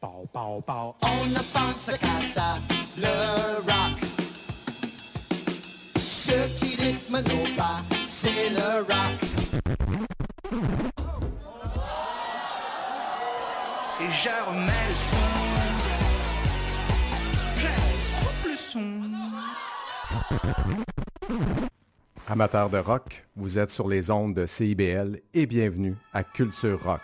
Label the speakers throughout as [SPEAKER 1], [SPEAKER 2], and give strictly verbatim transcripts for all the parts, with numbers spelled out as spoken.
[SPEAKER 1] Pow, pow, pow. On ne pense qu'à ça, le rock. Ce qui rythme nos pas, c'est le rock. Et je remets le son. Je coupe le son.
[SPEAKER 2] Amateurs de rock, vous êtes sur les ondes de C I B L et bienvenue à Culture Rock.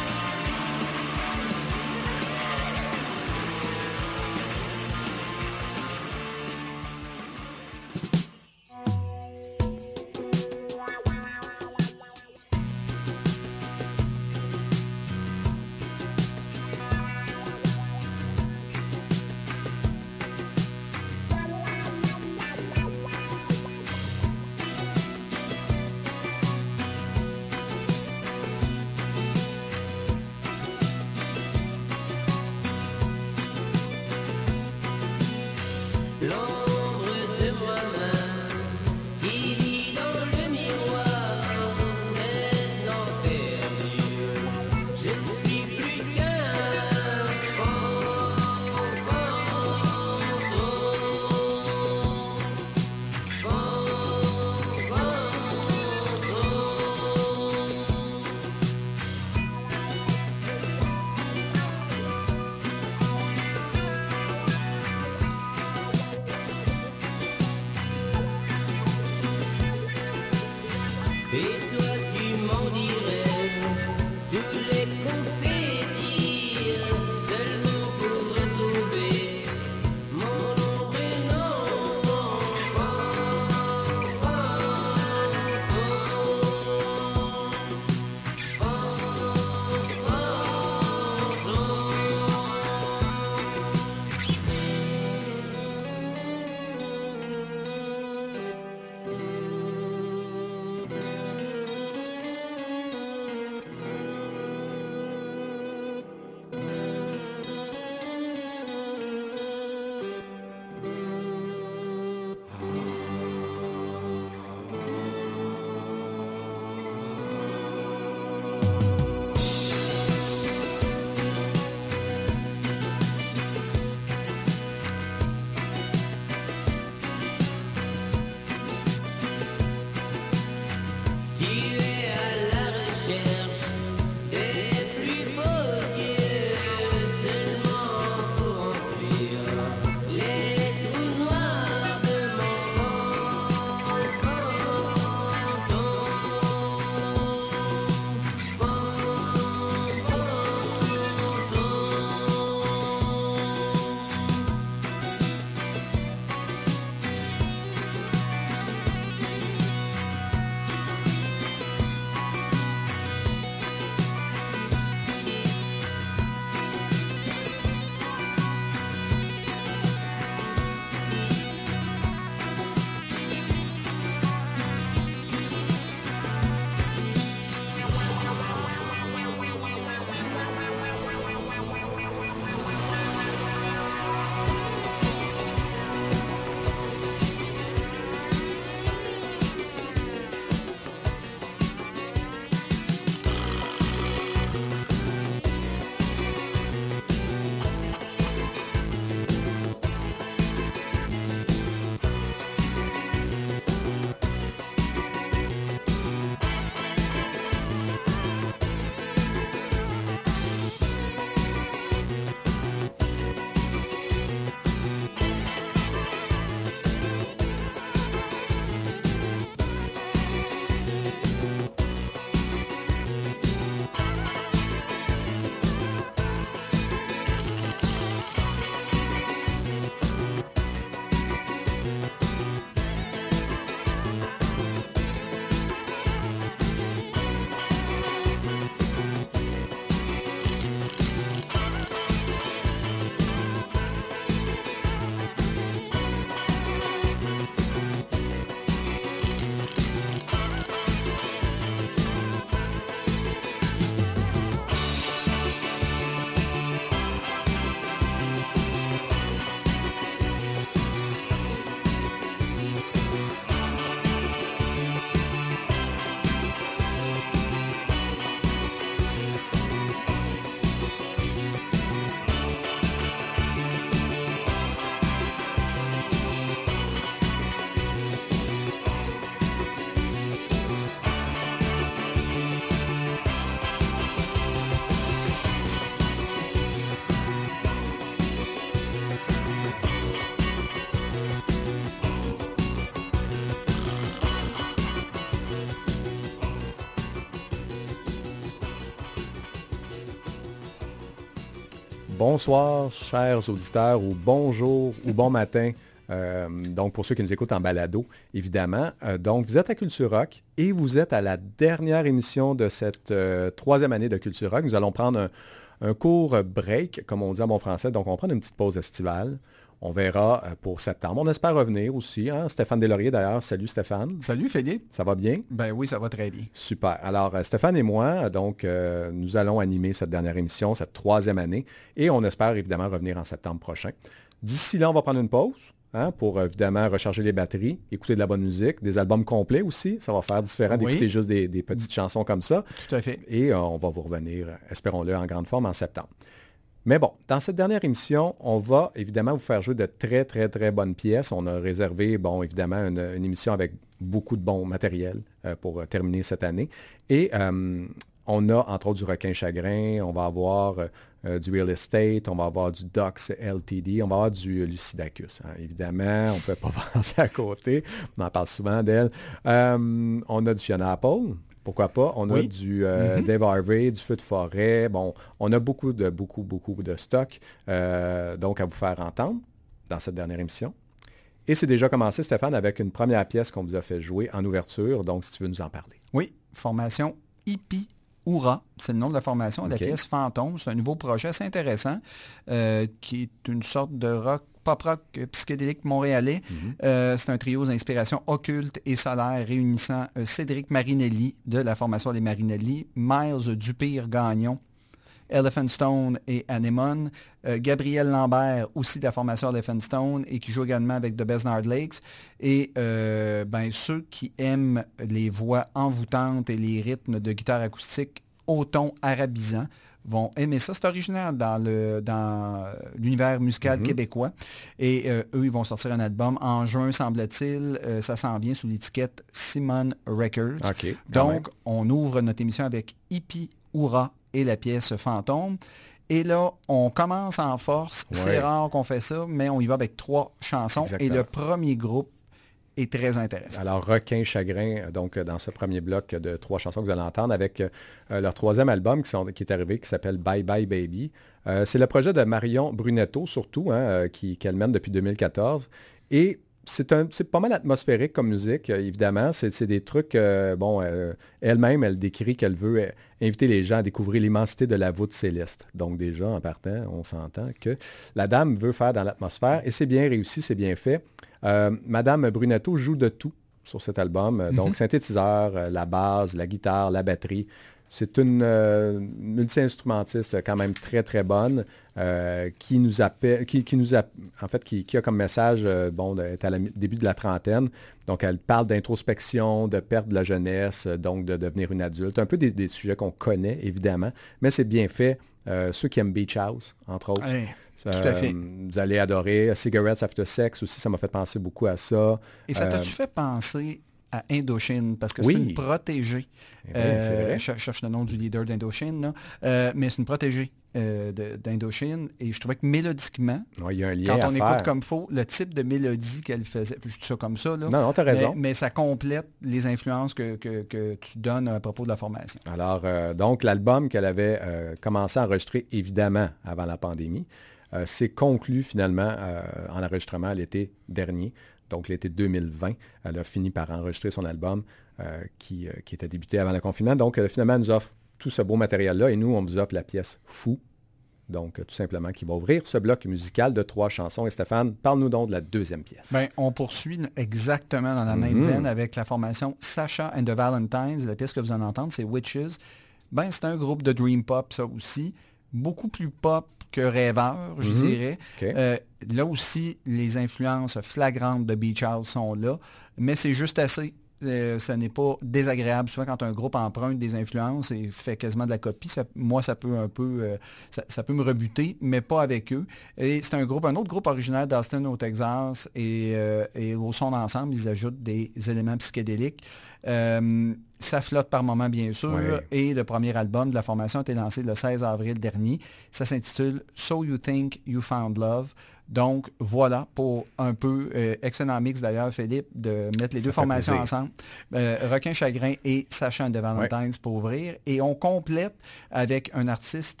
[SPEAKER 2] Bonsoir, chers auditeurs, ou bonjour, ou bon matin. Euh, donc, pour ceux qui nous écoutent en balado, évidemment. Euh, donc, vous êtes à Culture Rock et vous êtes à la dernière émission de cette euh, troisième année de Culture Rock. Nous allons prendre un, un court break, comme on dit en bon français. Donc, on va prendre une petite pause estivale. On verra euh, pour septembre. On espère revenir aussi. Hein? Stéphane Deslauriers, d'ailleurs. Salut Stéphane.
[SPEAKER 3] Salut Philippe.
[SPEAKER 2] Ça va bien?
[SPEAKER 3] Ben oui, ça va très bien.
[SPEAKER 2] Super. Alors, euh, Stéphane et moi, donc, euh, nous allons animer cette dernière émission, cette troisième année. Et on espère évidemment revenir en septembre prochain. D'ici là, on va prendre une pause. Hein, pour évidemment recharger les batteries, écouter de la bonne musique, des albums complets aussi. Ça va faire différent
[SPEAKER 3] Oui.
[SPEAKER 2] d'écouter juste des, des petites chansons comme ça.
[SPEAKER 3] Tout à fait.
[SPEAKER 2] Et euh, on va vous revenir, espérons-le, en grande forme en septembre. Mais bon, dans cette dernière émission, on va évidemment vous faire jouer de très, très, très bonnes pièces. On a réservé, bon, évidemment, une, une émission avec beaucoup de bon matériel euh, pour euh, terminer cette année. Et euh, on a, entre autres, du Requin Chagrin, on va avoir euh, du Real Estate, on va avoir du Docs L T D, on va avoir du Lucidacus. Hein. Évidemment, on ne peut pas passer à côté. On en parle souvent d'elle. Euh, on a du Fiona Apple. Pourquoi pas? On a
[SPEAKER 3] oui.
[SPEAKER 2] du euh, mm-hmm. Dave Harvey, du Feu de forêt. Bon, on a beaucoup de, beaucoup, beaucoup de stock euh, donc à vous faire entendre dans cette dernière émission. Et c'est déjà commencé, Stéphane, avec une première pièce qu'on vous a fait jouer en ouverture. Donc, si tu veux nous en parler.
[SPEAKER 3] Oui, formation Hippie Oura, c'est le nom de la formation. Okay. La pièce Fantôme, c'est un nouveau projet assez intéressant euh, qui est une sorte de rock pop-rock psychédélique montréalais. Mm-hmm. Euh, c'est un trio d'inspiration occulte et solaire réunissant euh, Cédric Marinelli de la formation des Marinelli, Miles Dupire-Gagnon, Elephant Stone et Anemone, euh, Gabriel Lambert, aussi de la formation Elephant Stone et qui joue également avec The Besnard Lakes. Et euh, ben, ceux qui aiment les voix envoûtantes et les rythmes de guitare acoustique au ton arabisant vont aimer ça. C'est originaire dans, le, dans l'univers musical mm-hmm. québécois. Et euh, eux, ils vont sortir un album en juin, semble-t-il. Euh, ça s'en vient sous l'étiquette Simon Records.
[SPEAKER 2] Okay,
[SPEAKER 3] donc,
[SPEAKER 2] même.
[SPEAKER 3] on ouvre notre émission avec Hippie Oura et la pièce Fantôme. Et là, on commence en force. Ouais. C'est rare qu'on fait ça, mais on y va avec trois chansons. Exactement. Et le premier groupe est très intéressant.
[SPEAKER 2] Alors, Requin Chagrin, donc dans ce premier bloc de trois chansons que vous allez entendre avec euh, leur troisième album qui, sont, qui est arrivé, qui s'appelle Bye Bye Baby. Euh, c'est le projet de Marion Brunetto, surtout, hein, euh, qui, qu'elle mène depuis deux mille quatorze. Et c'est, un, c'est pas mal atmosphérique comme musique, euh, évidemment. C'est, c'est des trucs, euh, bon, euh, elle-même, elle décrit qu'elle veut euh, inviter les gens à découvrir l'immensité de la voûte céleste. Donc déjà, en partant, on s'entend que la dame veut faire dans l'atmosphère et c'est bien réussi, c'est bien fait. Euh, Madame Brunetto joue de tout sur cet album. Mm-hmm. Donc, synthétiseur, euh, la basse, la guitare, la batterie. C'est une euh, multi-instrumentiste quand même très, très bonne euh, qui nous appelle, qui, qui nous a, en fait, qui, qui a comme message, euh, bon, d'être à la début de la trentaine. Donc, elle parle d'introspection, de perte de la jeunesse, donc de devenir une adulte. Un peu des, des sujets qu'on connaît, évidemment, mais c'est bien fait. Euh, ceux qui aiment Beach House, entre autres.
[SPEAKER 3] Oui.
[SPEAKER 2] Euh,
[SPEAKER 3] Tout à fait.
[SPEAKER 2] Vous allez adorer. Cigarettes After Sex aussi, ça m'a fait penser beaucoup à ça.
[SPEAKER 3] Et ça
[SPEAKER 2] euh,
[SPEAKER 3] t'a-tu fait penser à Indochine? Parce que
[SPEAKER 2] oui.
[SPEAKER 3] c'est une protégée.
[SPEAKER 2] Oui,
[SPEAKER 3] euh,
[SPEAKER 2] c'est vrai.
[SPEAKER 3] Je cherche le nom du leader d'Indochine, là. Euh, mais c'est une protégée euh, de, d'Indochine. Et je trouvais que mélodiquement,
[SPEAKER 2] ouais, il y a un lien
[SPEAKER 3] quand
[SPEAKER 2] à
[SPEAKER 3] on
[SPEAKER 2] faire.
[SPEAKER 3] écoute comme il faut, le type de mélodie qu'elle faisait, je dis ça comme ça, là,
[SPEAKER 2] non, non, t'as raison.
[SPEAKER 3] Mais, mais ça complète les influences que, que, que tu donnes à propos de la formation.
[SPEAKER 2] Alors, euh, donc, l'album qu'elle avait euh, commencé à enregistrer, évidemment, avant la pandémie, Euh, c'est conclu finalement euh, en enregistrement l'été dernier, donc l'été deux mille vingt. Elle a fini par enregistrer son album euh, qui, euh, qui était débuté avant le confinement. Donc euh, finalement, elle nous offre tout ce beau matériel-là et nous, on vous offre la pièce Fou. Donc euh, tout simplement qui va ouvrir ce bloc musical de trois chansons. Et Stéphane, parle-nous donc de la deuxième pièce.
[SPEAKER 3] Bien, on poursuit exactement dans la même mm-hmm. veine avec la formation Sasha and the Valentines. La pièce que vous en entendez, c'est Witches. Ben, c'est un groupe de dream pop, ça aussi. Beaucoup plus pop que rêveur, je mm-hmm. dirais.
[SPEAKER 2] Okay.
[SPEAKER 3] Euh, là aussi, les influences flagrantes de Beach House sont là, mais c'est juste assez. Euh, ça n'est pas désagréable. Souvent, quand un groupe emprunte des influences et fait quasiment de la copie, ça, moi, ça peut un peu euh, ça, ça peut me rebuter, mais pas avec eux. Et c'est un groupe, un autre groupe originaire d'Austin au Texas, et, euh, et au son d'ensemble, ils ajoutent des éléments psychédéliques. Euh, ça flotte par moments, bien sûr. Oui. Et le premier album de la formation a été lancé le seize avril dernier. Ça s'intitule « So You Think You Found Love ». Donc, voilà, pour un peu, euh, excellent mix d'ailleurs, Philippe, de mettre les
[SPEAKER 2] ça
[SPEAKER 3] deux formations
[SPEAKER 2] plaisir.
[SPEAKER 3] ensemble. Euh, Requin Chagrin et Sasha and the Valentines oui. pour ouvrir. Et on complète avec un artiste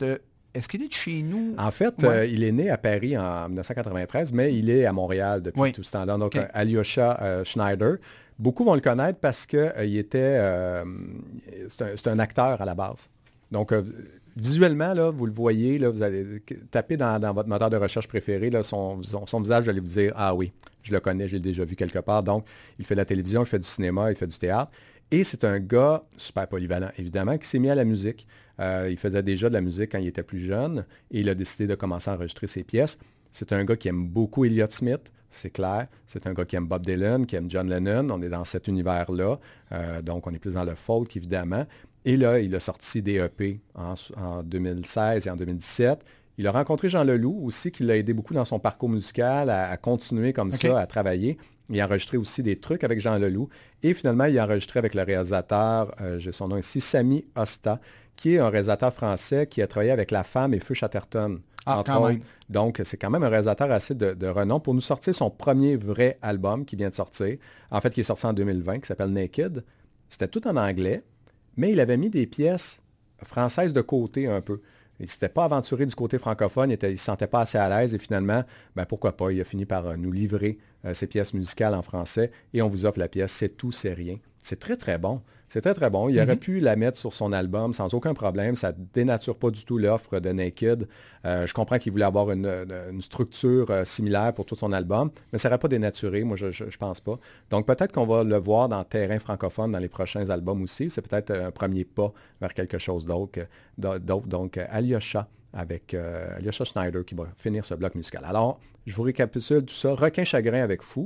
[SPEAKER 3] est-ce qu'il est de chez nous?
[SPEAKER 2] En fait,
[SPEAKER 3] Ouais.
[SPEAKER 2] euh, il est né à Paris en dix-neuf cent quatre-vingt-treize, mais il est à Montréal depuis
[SPEAKER 3] Oui.
[SPEAKER 2] tout ce temps-là. Donc,
[SPEAKER 3] OK.
[SPEAKER 2] euh, Alyosha euh, Schneider. Beaucoup vont le connaître parce qu'il euh, était... euh, c'est un, c'est un acteur à la base. Donc, euh, visuellement, là, vous le voyez, là, vous allez taper dans, dans votre moteur de recherche préféré, là, son, son, son visage, vous allez vous dire « Ah oui, je le connais, je l'ai déjà vu quelque part. » Donc, il fait de la télévision, il fait du cinéma, il fait du théâtre. Et c'est un gars super polyvalent, évidemment, qui s'est mis à la musique. Euh, il faisait déjà de la musique quand il était plus jeune et il a décidé de commencer à enregistrer ses pièces. C'est un gars qui aime beaucoup Elliott Smith, c'est clair. C'est un gars qui aime Bob Dylan, qui aime John Lennon. On est dans cet univers-là. Euh, donc, on est plus dans le folk, évidemment. Et là, il a sorti des E P en, en deux mille seize et en deux mille dix-sept. Il a rencontré Jean Leloup aussi, qui l'a aidé beaucoup dans son parcours musical à, à continuer comme
[SPEAKER 3] Okay.
[SPEAKER 2] ça, à travailler. Il a enregistré aussi des trucs avec Jean Leloup. Et finalement, il a enregistré avec le réalisateur, euh, j'ai son nom ici, Sami Osta, qui est un réalisateur français qui a travaillé avec La Femme et Feu Chatterton.
[SPEAKER 3] Ah,
[SPEAKER 2] entre
[SPEAKER 3] quand
[SPEAKER 2] autres.
[SPEAKER 3] même.
[SPEAKER 2] Donc, c'est quand même un réalisateur assez de, de renom pour nous sortir son premier vrai album qui vient de sortir. En fait, qui est sorti en deux mille vingt, qui s'appelle Naked. C'était tout en anglais, mais il avait mis des pièces françaises de côté un peu. Il ne s'était pas aventuré du côté francophone, il ne se sentait pas assez à l'aise et finalement, ben pourquoi pas, il a fini par euh, nous livrer euh, ses pièces musicales en français et on vous offre la pièce C'est tout, c'est rien. C'est très très bon. C'est très très bon. Il
[SPEAKER 3] Mm-hmm.
[SPEAKER 2] aurait pu la mettre sur son album sans aucun problème. Ça ne dénature pas du tout l'offre de Naked. Euh, je comprends qu'il voulait avoir une, une structure euh, similaire pour tout son album, mais ça n'aurait pas dénaturé, moi je ne pense pas. Donc peut-être qu'on va le voir dans terrain francophone dans les prochains albums aussi. C'est peut-être un premier pas vers quelque chose d'autre. d'autre. Donc Alyosha avec euh, Alyosha Schneider qui va finir ce bloc musical. Alors, je vous récapitule tout ça. Requin chagrin avec Fou,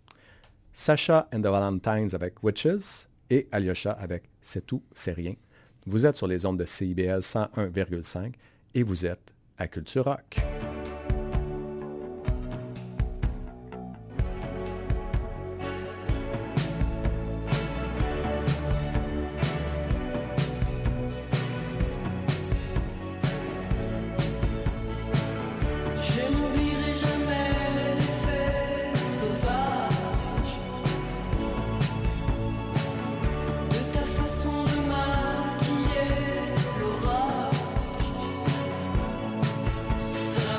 [SPEAKER 2] Sasha and the Valentines avec Witches et Alyosha avec C'est tout, c'est rien. Vous êtes sur les ondes de C I B L cent un virgule cinq et vous êtes à Culture Rock.
[SPEAKER 4] Je n'oublierai jamais les faits sauvages de ta façon de maquiller l'orage. Ça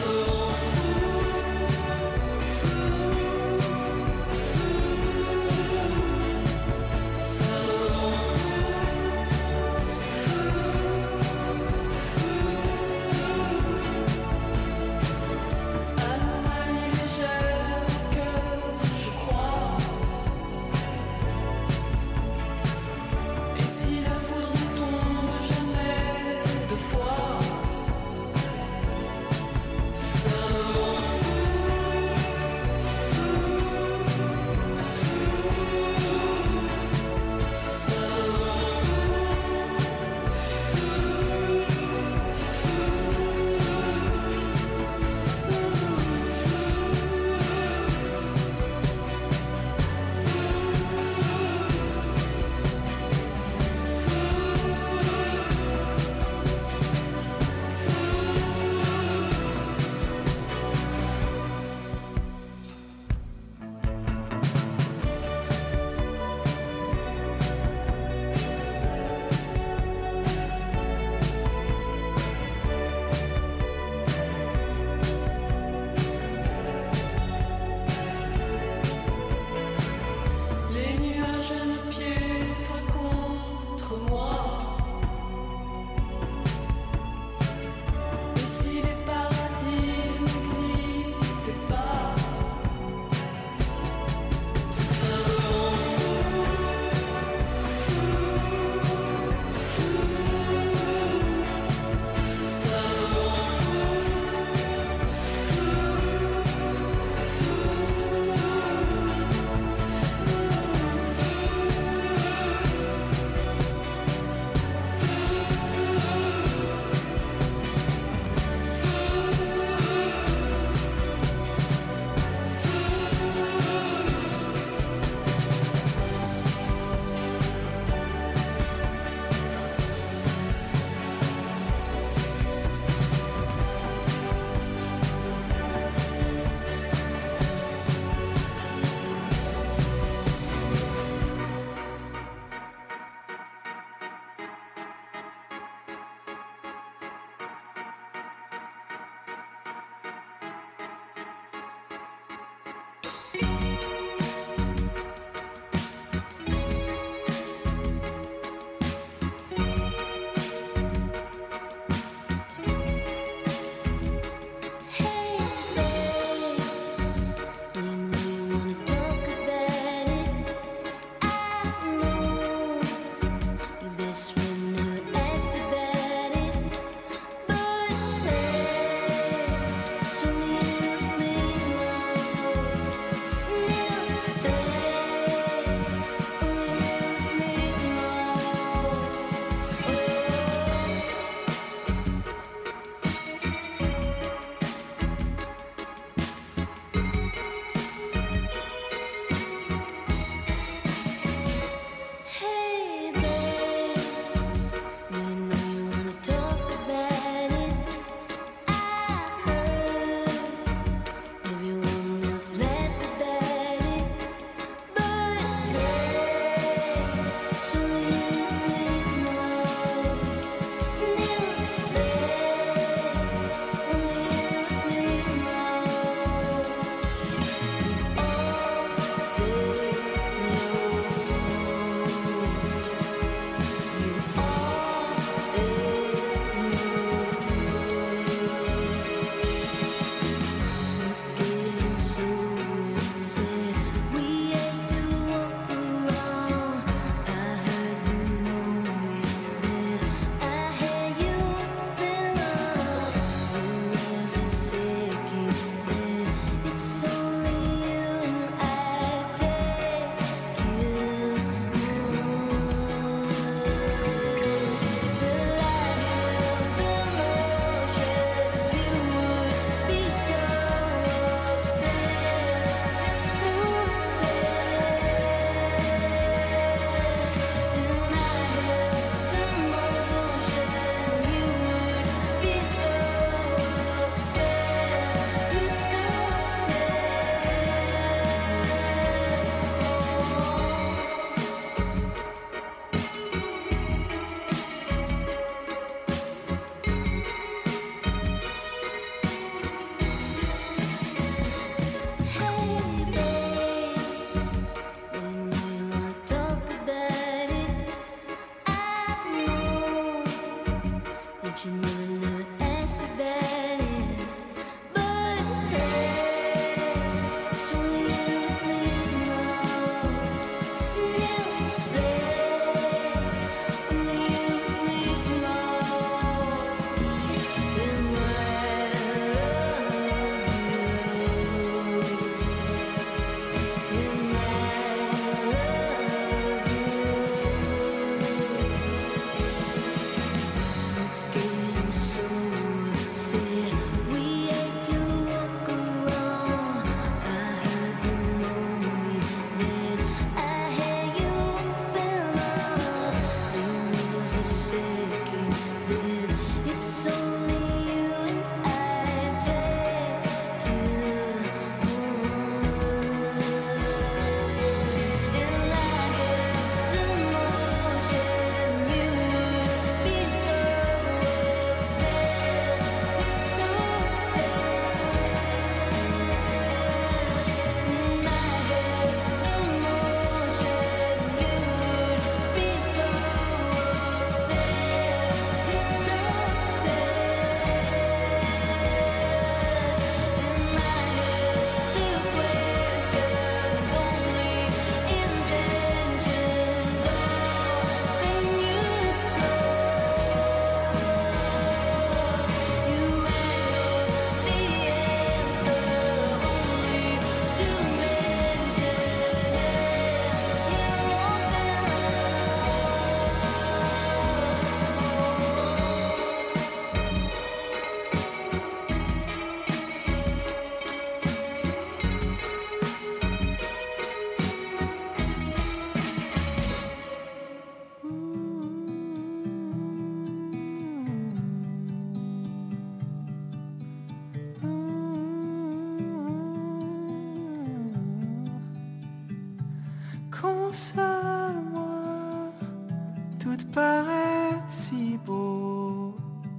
[SPEAKER 5] Console-moi, tout te paraît si beau,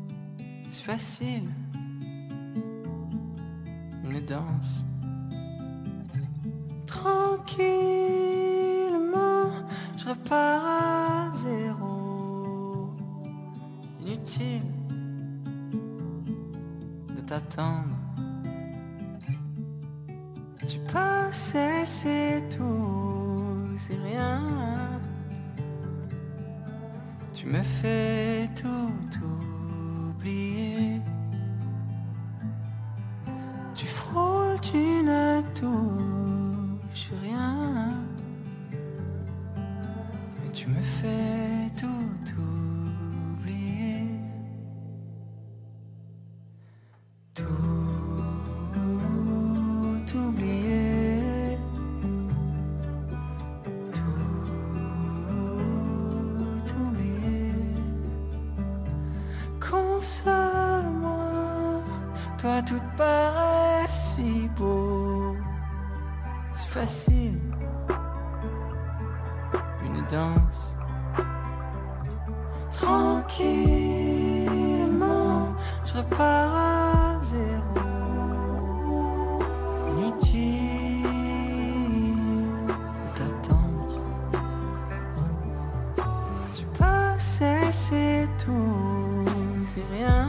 [SPEAKER 5] si facile, une danse. Tranquillement, je repars à zéro, inutile de t'attendre. Tu passais, c'est tout, c'est rien. Tu me fais tout oublier. Tu frôles, tu ne touches rien. Mais tu me fais tout oublier. Tout oublier. Tout oublier. Console-moi, toi tout paraît si beau, si facile, une danse. Tranquillement, je repars à zéro, inutile de t'attendre. Tu passais, c'est tout, c'est rien.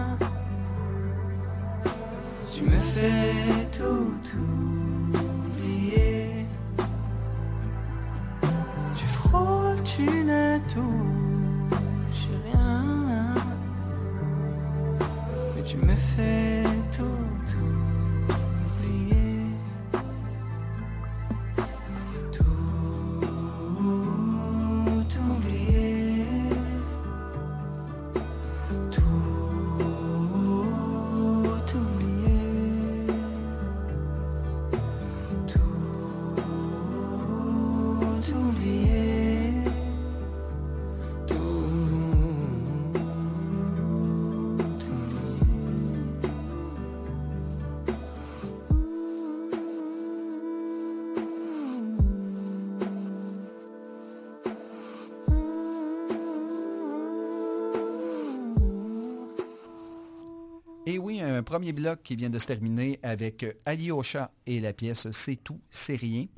[SPEAKER 5] Tu me fais tout oublier. Tu frôles, tu ne touches rien. Mais tu me fais tout oublier. Tout oublier. Tout oublier. Tout oublier.
[SPEAKER 3] Et oui, un premier bloc qui vient de se terminer avec Alyosha et la pièce C'est tout, c'est rien.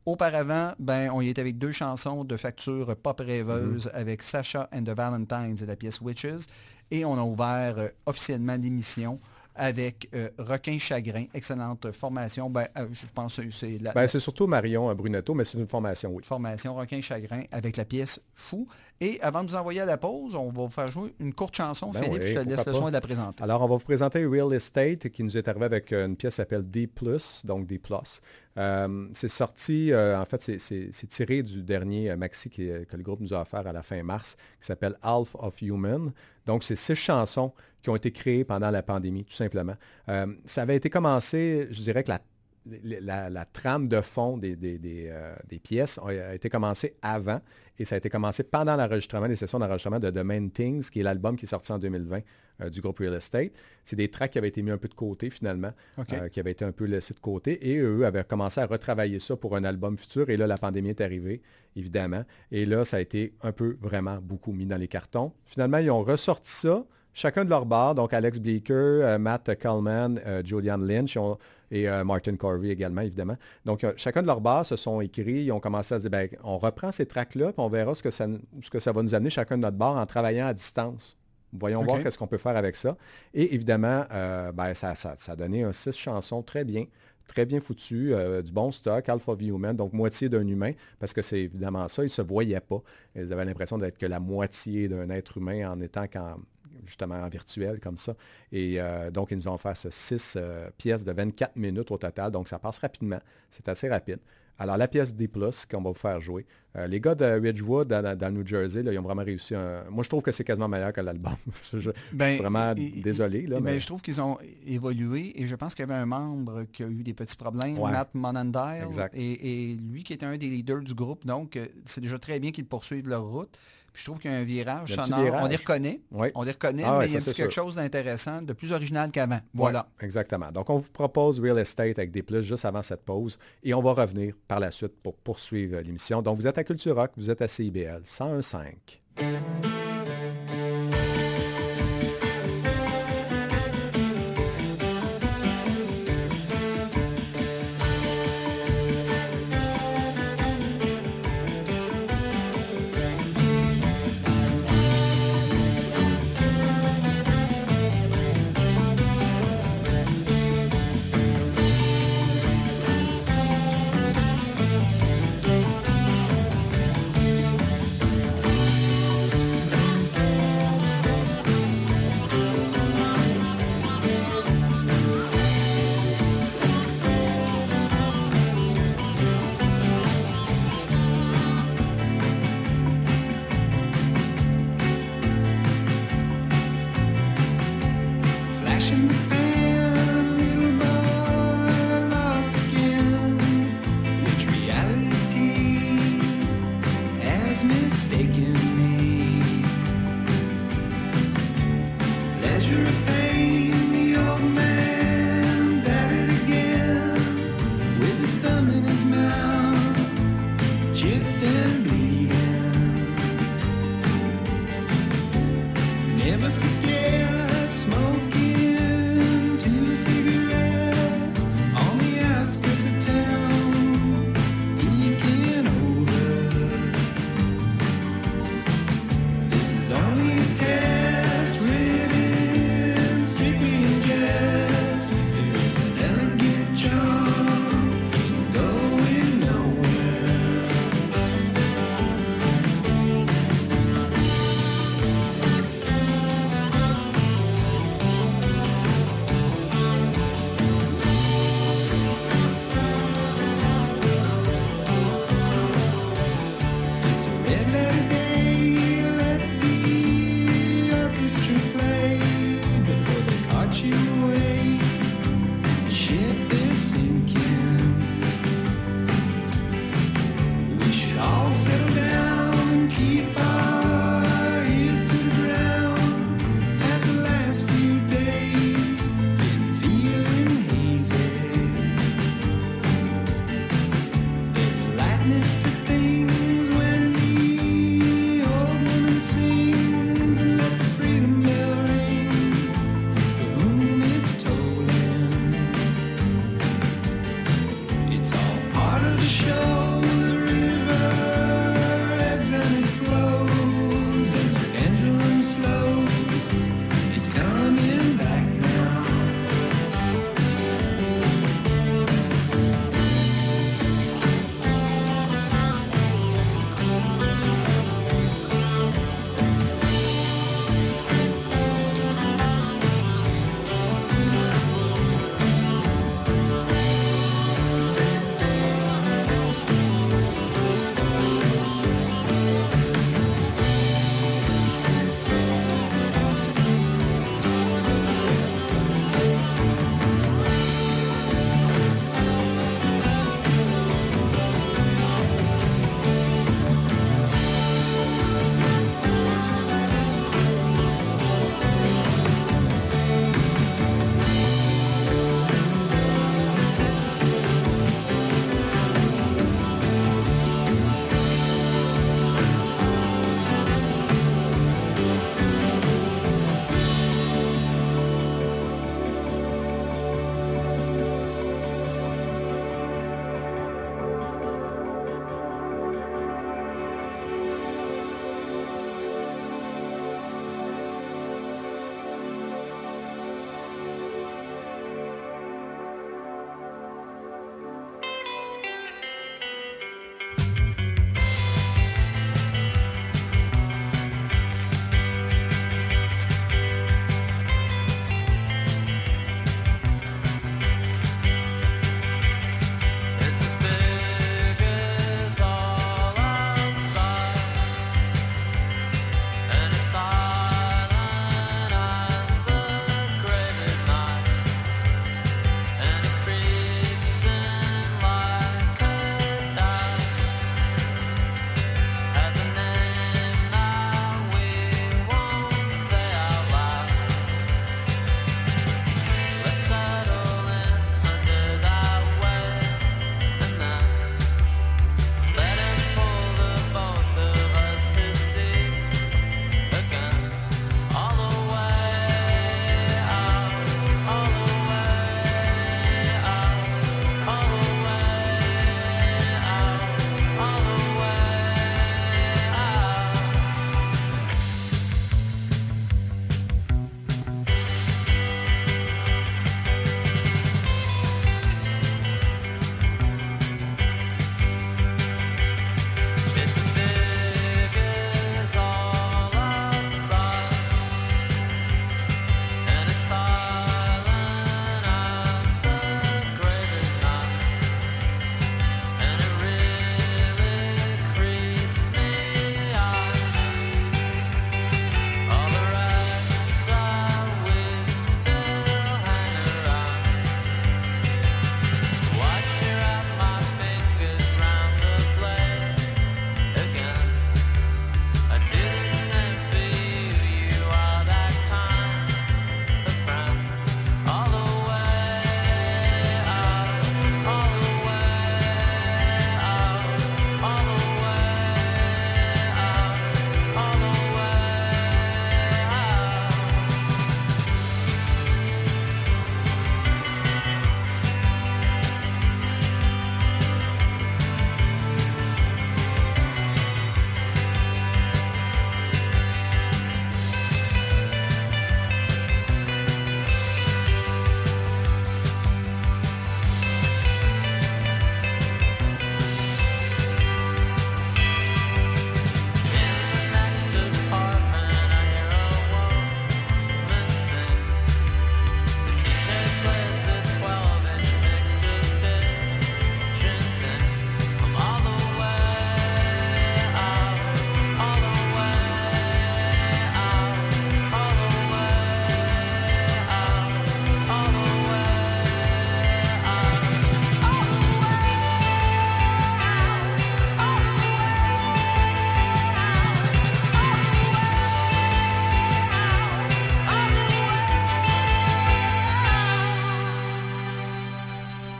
[SPEAKER 3] Auparavant, ben, on y était avec deux chansons de facture pop rêveuse
[SPEAKER 2] Mm-hmm.
[SPEAKER 3] avec Sasha and the Valentines et la pièce Witches. Et on a ouvert euh, officiellement l'émission avec euh, Requin Chagrin, excellente formation. Ben, euh, je pense que c'est la,
[SPEAKER 2] Ben, c'est surtout Marion Brunetto, mais c'est une formation, oui.
[SPEAKER 3] formation Requin Chagrin avec la pièce Fou. Et avant de vous envoyer à la pause, on va vous faire jouer une courte chanson.
[SPEAKER 2] Ben
[SPEAKER 3] Philippe,
[SPEAKER 2] oui,
[SPEAKER 3] je te
[SPEAKER 2] pourquoi
[SPEAKER 3] laisse le
[SPEAKER 2] pas.
[SPEAKER 3] soin de la présenter.
[SPEAKER 2] Alors, on va vous présenter Real Estate, qui nous est arrivé avec une pièce qui s'appelle D plus, donc D plus. Euh, c'est sorti, euh, en fait, c'est, c'est, c'est tiré du dernier euh, maxi qui, que le groupe nous a offert à la fin mars, qui s'appelle Half of Human. Donc, c'est six chansons qui ont été créées pendant la pandémie, tout simplement. Euh, ça avait été commencé, je dirais que la La, la trame de fond des, des, des, euh, des pièces a été commencée avant et ça a été commencé pendant l'enregistrement, les sessions d'enregistrement de The Main Things, qui est l'album qui est sorti en deux mille vingt euh, du groupe Real Estate. C'est des tracks qui avaient été mis un peu de côté finalement,
[SPEAKER 3] Okay.
[SPEAKER 2] euh, qui avaient été un peu laissés de côté et eux avaient commencé à retravailler ça pour un album futur et là la pandémie est arrivée, évidemment. Et là ça a été un peu vraiment beaucoup mis dans les cartons. Finalement ils ont ressorti ça. Chacun de leurs bars, donc Alex Bleeker, euh, Matt Coleman, euh, Julian Lynch ont, et euh, Martin Corvey également, évidemment. Donc, euh, chacun de leurs bars se sont écrits, ils ont commencé à dire, ben, on reprend ces tracks-là, puis on verra ce que, ça, ce que ça va nous amener chacun de notre bar en travaillant à distance. Voyons
[SPEAKER 3] Okay.
[SPEAKER 2] voir qu'est-ce qu'on peut faire avec ça. Et évidemment, euh, ben, ça, ça, ça a donné un six chansons très bien, très bien foutues, euh, du bon stock, Alpha of Human, donc moitié d'un humain, parce que c'est évidemment ça, ils ne se voyaient pas. Ils avaient l'impression d'être que la moitié d'un être humain en étant qu'en justement en virtuel comme ça. Et euh, donc, ils nous ont fait ce six euh, pièces de vingt-quatre minutes au total. Donc, ça passe rapidement. C'est assez rapide. Alors, la pièce D plus qu'on va vous faire jouer. Euh, les gars de Ridgewood, dans, dans le New Jersey, là, ils ont vraiment réussi. Un... Moi, je trouve que c'est quasiment meilleur que l'album. je, je
[SPEAKER 3] Ben,
[SPEAKER 2] suis vraiment
[SPEAKER 3] et-
[SPEAKER 2] désolé. Là,
[SPEAKER 3] Ben,
[SPEAKER 2] mais...
[SPEAKER 3] je trouve qu'ils ont évolué et je pense qu'il y avait un membre qui a eu des petits problèmes,
[SPEAKER 2] Ouais.
[SPEAKER 3] Matt Monandile,
[SPEAKER 2] Exact.
[SPEAKER 3] et, et lui qui était un des leaders du groupe, donc euh, c'est déjà très bien qu'ils poursuivent leur route. Puis je trouve qu'il y a un virage
[SPEAKER 2] Il y a un petit
[SPEAKER 3] sonore,
[SPEAKER 2] virage.
[SPEAKER 3] on les reconnaît,
[SPEAKER 2] Oui.
[SPEAKER 3] on les reconnaît,
[SPEAKER 2] Ah ouais,
[SPEAKER 3] mais il y a
[SPEAKER 2] ça,
[SPEAKER 3] un petit
[SPEAKER 2] c'est
[SPEAKER 3] quelque
[SPEAKER 2] sûr.
[SPEAKER 3] chose d'intéressant, de plus original qu'avant. Voilà.
[SPEAKER 2] Ouais, exactement. Donc, on vous propose Real Estate avec des plus juste avant cette pause et on va revenir par la suite pour poursuivre l'émission. Donc, vous êtes à Culture Rock, vous êtes à C I B L cent un virgule cinq.
[SPEAKER 5] Flash in the pan, little boy lost again. Which reality has mistaken me? Pleasure or pain, the old man's at it again. With his thumb in his mouth, chipped and bleeding. Never forget smoking two cigarettes on the outskirts of town, peeking over. This is only a test, written strictly in jest. There's an elegant charm going nowhere. It's a red letter day, let the orchestra play before they cart you away. The ship is sinking. We should all settle down and keep our ears to the ground. Have the last few days been feeling hazy. There's a lightness to things when the old woman sings and let the freedom bell ring. For whom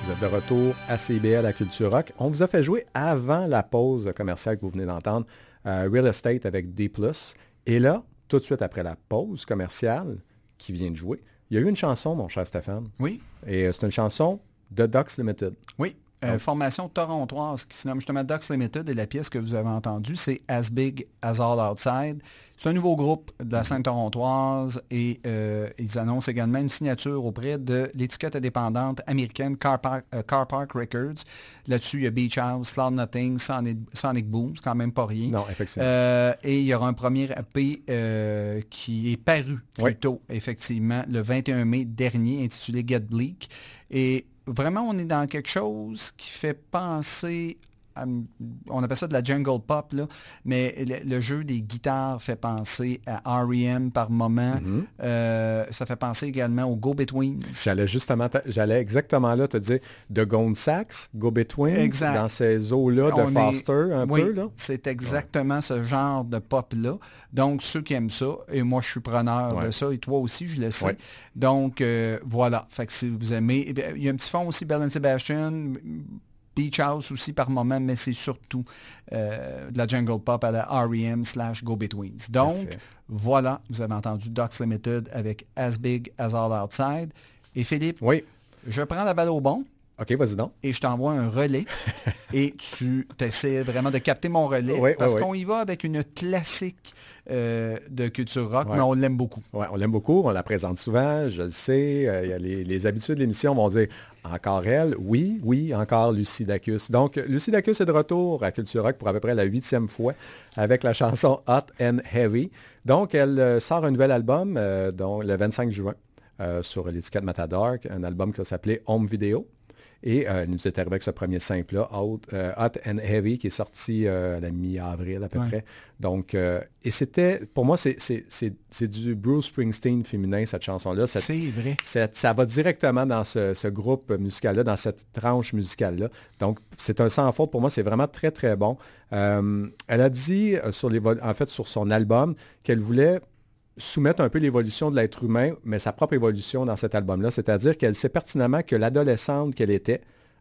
[SPEAKER 2] Vous êtes de retour à C B L à Culture Rock. On vous a fait jouer avant la pause commerciale que vous venez d'entendre, euh, Real Estate avec D plus. Et là, tout de suite après la pause commerciale qui vient de jouer, il y a eu une chanson, mon cher Stéphane.
[SPEAKER 3] Oui.
[SPEAKER 2] Et euh, c'est une chanson de Ducks Limited.
[SPEAKER 3] Oui. Euh, formation torontoise qui se nomme justement Ducks Limited et la pièce que vous avez entendue, c'est As Big As All Outside. C'est un nouveau groupe de la scène torontoise et euh, ils annoncent également une signature auprès de l'étiquette indépendante américaine Car Park, euh, Car Park Records. Là-dessus, il y a Beach House, Loud Nothing, Sonic, Sonic Boom, c'est quand même pas rien.
[SPEAKER 2] Non, effectivement.
[SPEAKER 3] Euh, et il y aura un premier E P euh, qui est paru plus
[SPEAKER 2] Oui.
[SPEAKER 3] tôt, effectivement, le vingt et un mai dernier, intitulé Get Bleak. Et vraiment, on est dans quelque chose qui fait penser, à, on appelle ça de la jungle pop, là, mais le, le jeu des guitares fait penser à R E M par moment.
[SPEAKER 2] Mm-hmm.
[SPEAKER 3] Euh, ça fait penser également au Go-Betweens.
[SPEAKER 2] J'allais justement, ta- j'allais exactement là te dire de Gone Sax, Go Between,
[SPEAKER 3] Exact.
[SPEAKER 2] dans ces eaux-là de
[SPEAKER 3] On est-
[SPEAKER 2] Foster, un
[SPEAKER 3] oui,
[SPEAKER 2] peu, là.
[SPEAKER 3] c'est exactement ce genre de pop-là. Donc, ceux qui aiment ça, et moi, je suis preneur
[SPEAKER 2] Ouais.
[SPEAKER 3] de ça, et toi aussi, je le sais.
[SPEAKER 2] Ouais.
[SPEAKER 3] Donc, euh, voilà. Fait que si vous aimez... eh bien, il y a un petit fond aussi, Bell and Sebastian, Beach House aussi par moment, mais c'est surtout euh, de la jungle pop à la R E M slash Go-Betweens. Donc,
[SPEAKER 2] Parfait.
[SPEAKER 3] voilà, vous avez entendu Ducks Limited avec As Big As All Outside. Et Philippe,
[SPEAKER 2] Oui.
[SPEAKER 3] je prends la balle au bon.
[SPEAKER 2] OK, vas-y donc.
[SPEAKER 3] Et je t'envoie un relais et tu essaies vraiment de capter mon relais
[SPEAKER 2] Oui,
[SPEAKER 3] parce
[SPEAKER 2] oui,
[SPEAKER 3] qu'on y va avec une classique euh, de culture rock,
[SPEAKER 2] Ouais.
[SPEAKER 3] mais on l'aime beaucoup.
[SPEAKER 2] Ouais, on l'aime beaucoup, on la présente souvent, je le sais. Euh, il y a les, les habitués de l'émission vont dire encore elle, oui, oui, encore Lucy Dacus. Donc, Lucy Dacus est de retour à Culture Rock pour à peu près la huitième fois avec la chanson Hot and Heavy. Donc, elle euh, sort un nouvel album euh, donc, le vingt-cinq juin euh, sur l'étiquette Matador, un album qui va s'appeler Home Video. Et euh, elle nous est arrivé avec ce premier simple-là, Hot, euh, Hot and Heavy, qui est sorti euh, à la mi-avril à peu
[SPEAKER 3] Ouais.
[SPEAKER 2] près. Donc, euh, et c'était, pour moi, c'est, c'est, c'est, c'est du Bruce Springsteen féminin, cette chanson-là. Cette-
[SPEAKER 3] C'est vrai.
[SPEAKER 2] c'est- ça va directement dans ce, ce groupe musical-là, dans cette tranche musicale-là. Donc, c'est un sans faute. Pour moi, c'est vraiment très, très bon. Euh, elle a dit, euh, sur les, vol- en fait, sur son album, qu'elle voulait soumettre un peu l'évolution de l'être humain, mais sa propre évolution dans cet album-là. C'est-à-dire qu'elle sait pertinemment que l'adolescente qu'elle était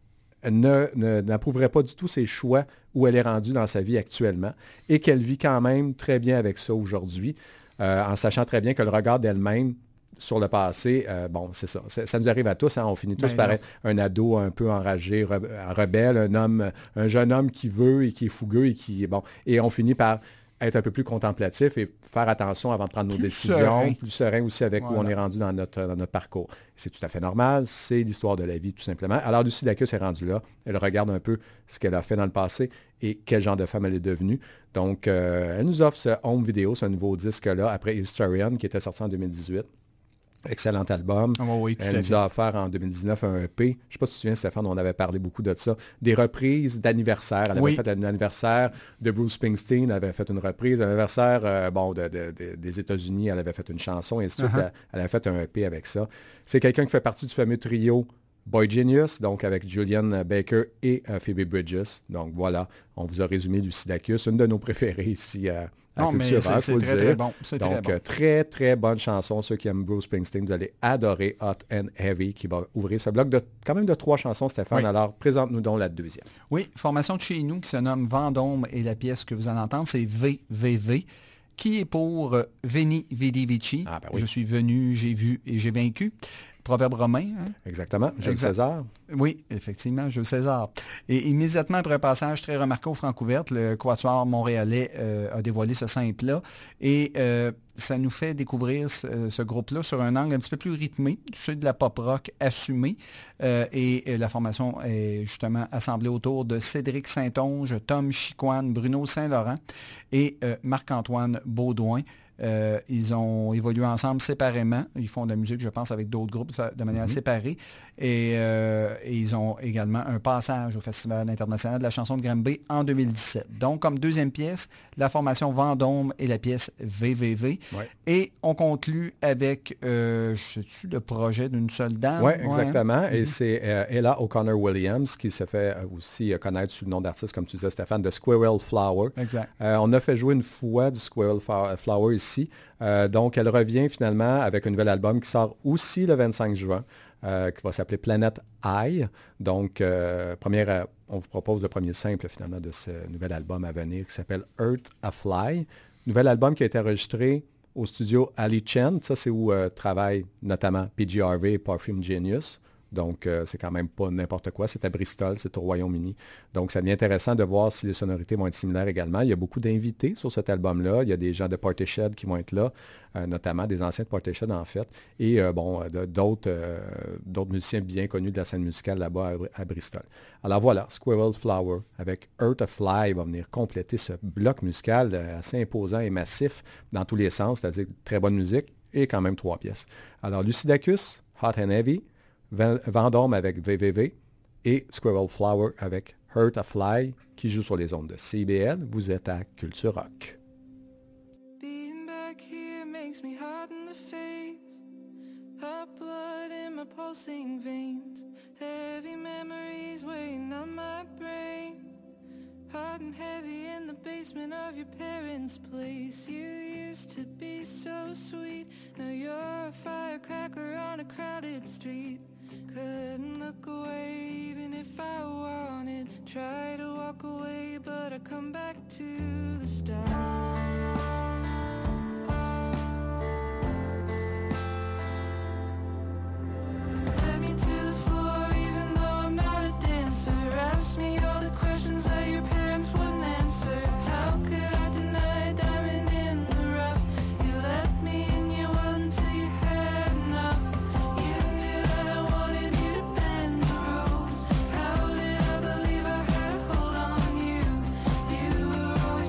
[SPEAKER 2] ne, ne- n'approuverait pas du tout ses choix où elle est rendue dans sa vie actuellement et qu'elle vit quand même très bien avec ça aujourd'hui, euh, en sachant très bien que le regard d'elle-même sur le passé, euh, bon, c'est ça. C'est- ça nous arrive à tous, hein, on finit tous
[SPEAKER 3] Ben
[SPEAKER 2] par
[SPEAKER 3] non.
[SPEAKER 2] être un ado un peu enragé, re- rebelle, un homme, un jeune homme qui veut et qui est fougueux et qui, bon, et on finit par être un peu plus contemplatif et faire attention avant de prendre nos
[SPEAKER 3] Plus
[SPEAKER 2] décisions,
[SPEAKER 3] serein.
[SPEAKER 2] plus serein aussi avec où
[SPEAKER 3] Voilà.
[SPEAKER 2] on est rendu dans notre, dans notre parcours. C'est tout à fait normal, c'est l'histoire de la vie tout simplement. Alors Lucy Dacus est rendue là, elle regarde un peu ce qu'elle a fait dans le passé et quel genre de femme elle est devenue. Donc euh, elle nous offre ce Home Video, ce nouveau disque-là, après Historian qui était sorti en deux mille dix-huit. Excellent album.
[SPEAKER 3] Ah oui, oui, tout
[SPEAKER 2] Elle
[SPEAKER 3] à
[SPEAKER 2] nous
[SPEAKER 3] fait.
[SPEAKER 2] a offert en deux mille dix-neuf un E P. Je ne sais pas si tu te souviens, Stéphane, on avait parlé beaucoup de ça. Des reprises d'anniversaire. Elle
[SPEAKER 3] Oui.
[SPEAKER 2] avait fait un anniversaire de Bruce Springsteen, elle avait fait une reprise. Un anniversaire euh, bon, de, de- de- des États-Unis, elle avait fait une chanson, et ainsi de suite.
[SPEAKER 3] Uh-huh.
[SPEAKER 2] Elle, elle avait fait un E P avec ça. C'est quelqu'un qui fait partie du fameux trio Boy Genius, donc avec Julian Baker et euh, Phoebe Bridges. Donc voilà, on vous a résumé Lucy Dacus, une de nos préférées ici à, à
[SPEAKER 3] Non, mais
[SPEAKER 2] Culture
[SPEAKER 3] c'est-
[SPEAKER 2] Rock,
[SPEAKER 3] c'est
[SPEAKER 2] faut le
[SPEAKER 3] très,
[SPEAKER 2] dire.
[SPEAKER 3] très bon. C'est très
[SPEAKER 2] Donc,
[SPEAKER 3] bon.
[SPEAKER 2] euh, très, très bonne chanson. Ceux qui aiment Bruce Springsteen, vous allez adorer Hot and Heavy, qui va ouvrir ce bloc de quand même de trois chansons, Stéphane.
[SPEAKER 3] Oui.
[SPEAKER 2] Alors, présente-nous donc la deuxième.
[SPEAKER 3] Oui, formation de chez nous qui se nomme Vendôme et la pièce que vous allez entendre, c'est V V V, qui est pour euh, Veni Vidi Vici.
[SPEAKER 2] Ah, ben oui.
[SPEAKER 3] Je suis venu, j'ai vu et j'ai vaincu. Proverbe romain. Hein?
[SPEAKER 2] Exactement. Jules
[SPEAKER 3] Exact.
[SPEAKER 2] César.
[SPEAKER 3] Oui, effectivement, Jules César. Et immédiatement après un passage très remarqué au Francouverte, le Quatuor montréalais euh, a dévoilé ce simple-là. Et euh, ça nous fait découvrir ce, ce groupe-là sur un angle un petit peu plus rythmé, tu sais, de la pop rock assumée. Euh, et, et la formation est justement assemblée autour de Cédric Saint-Onge, Tom Chicoine, Bruno Saint-Laurent et euh, Marc-Antoine Baudouin. Euh, ils ont évolué ensemble séparément. Ils font de la musique, je pense, avec d'autres groupes ça, de manière séparée. Et, euh, et ils ont également un passage au Festival international de la chanson de Granby en deux mille dix-sept. Donc, comme deuxième pièce, la formation Vendôme et la pièce V V V.
[SPEAKER 2] Ouais.
[SPEAKER 3] Et on conclut avec, euh, je sais-tu, le projet d'une seule dame.
[SPEAKER 2] Oui,
[SPEAKER 3] Ouais,
[SPEAKER 2] exactement.
[SPEAKER 3] hein?
[SPEAKER 2] Et c'est euh, Ella O'Connor Williams qui se fait euh, aussi euh, connaître sous le nom d'artiste, comme tu disais, Stéphane, de Squirrel Flower.
[SPEAKER 3] Exact.
[SPEAKER 2] Euh, on a fait jouer une fois du Squirrel Fa- Flower ici aussi. Euh, donc, elle revient finalement avec un nouvel album qui sort aussi le vingt-cinq juin, euh, qui va s'appeler Planet Eye. Donc, euh, première, euh, on vous propose le premier simple finalement de ce nouvel album à venir qui s'appelle Earth a Fly. Nouvel album qui a été enregistré au studio Ali Chen. Ça, c'est où euh, travaillent notamment P G Harvey et Perfume Genius. Donc, euh, c'est quand même pas n'importe quoi. C'est à Bristol, c'est au Royaume-Uni. Donc, ça devient intéressant de voir si les sonorités vont être similaires également. Il y a beaucoup d'invités sur cet album-là. Il y a des gens de Portishead qui vont être là, euh, notamment des anciens de Portishead, en fait. Et, euh, bon, de, d'autres, euh, d'autres musiciens bien connus de la scène musicale là-bas à, à Bristol. Alors voilà, Squirrel Flower avec Earth a Fly va venir compléter ce bloc musical euh, assez imposant et massif dans tous les sens, c'est-à-dire très bonne musique et quand même trois pièces. Alors, Lucidacus, Hot and Heavy, Vendôme avec V V V et Squirrel Flower avec Earth a Fly qui joue sur les ondes de C B L. Vous êtes à Culture Rock.
[SPEAKER 4] Being back here makes me hot in the face. Hot blood in my pulsing veins. Heavy memories weighing on my brain. Hot and heavy in the basement of your parents' place. You used to be so sweet. Now you're a firecracker on a crowded street. Couldn't look away even if I wanted. Try to walk away but I come back to the start. Let me to the floor even though I'm not a dancer. Ask me all the questions that your parents wouldn't answer. How could I deny a diamond in the rough? You let me in your world until you had enough. You knew that I wanted you to bend the rules. How did I believe I had a hold on you? You were always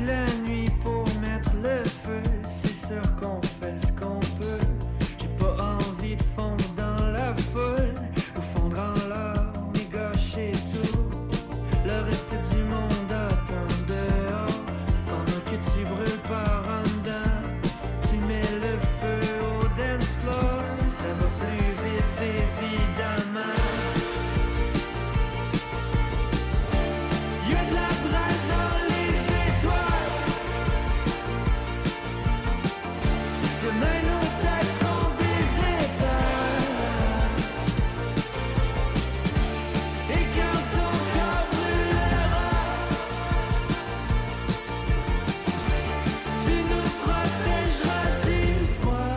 [SPEAKER 4] la nuit pour mettre le feu. C'est sûr qu'on fait ce qu'on peut. J'ai pas envie de fondre dans la foule ou fondre en larmes et gâcher tout. Le reste du monde attend dehors pendant que tu brûles par en dedans. Tu mets le feu au dance floor, ça va plus vite évidemment. Y'a de la brasse dans les étoiles. Demain nos têtes seront des étoiles. Et quand ton corps brûlera, tu nous protégeras du froid.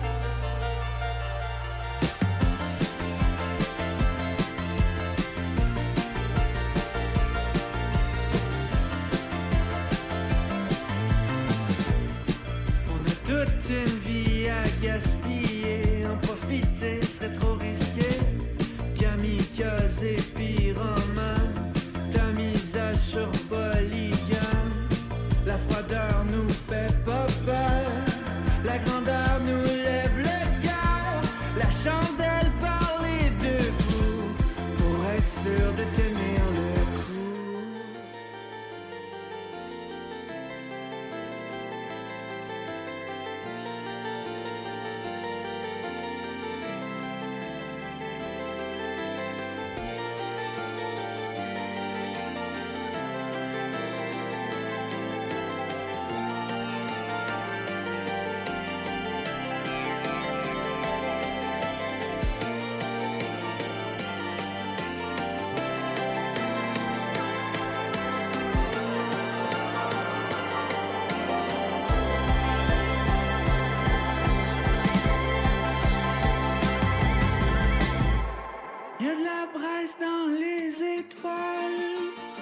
[SPEAKER 4] On a toute une vie à gaspiller, en profiter serait trop risqué. Kamikaze et pyromane, ta mise à sur polygame. La froideur nous fait pas peur, la grandeur nous lève le cœur. La chandelle par les deux bouts, pour être sûr de tenir le coup. Y'a de la braise dans les étoiles.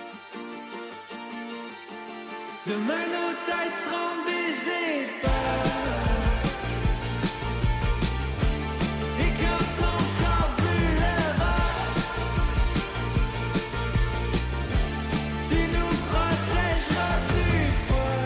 [SPEAKER 4] Demain nos têtes seront des épaules. Et quand ton corps brûlera, tu nous protégeras du froid.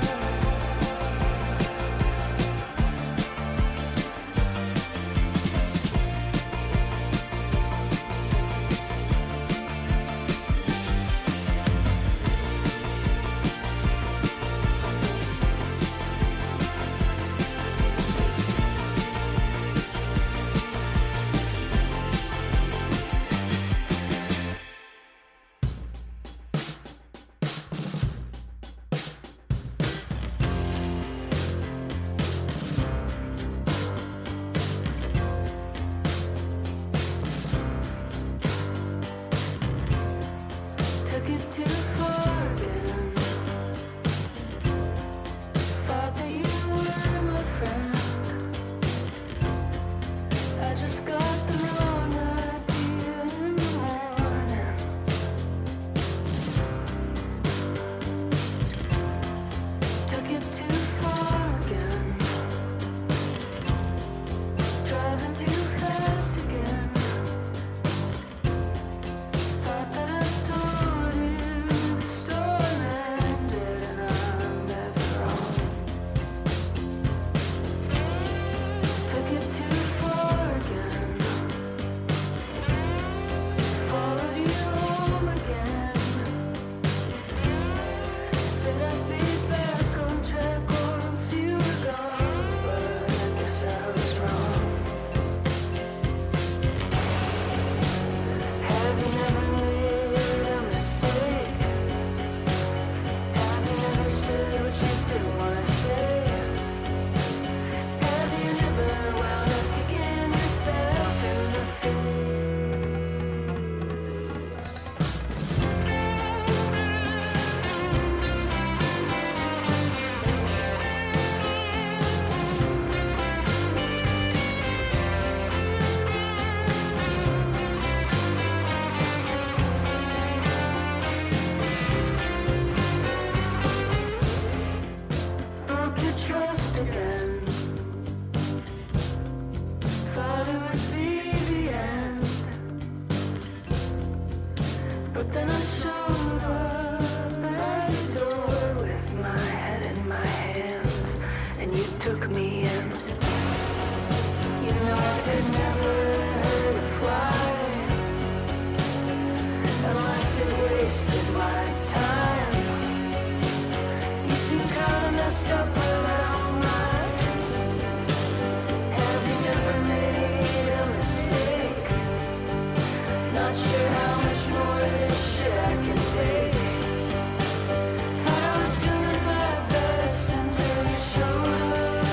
[SPEAKER 4] sure how much more of this shit I can take. Thought I was doing my best until you showed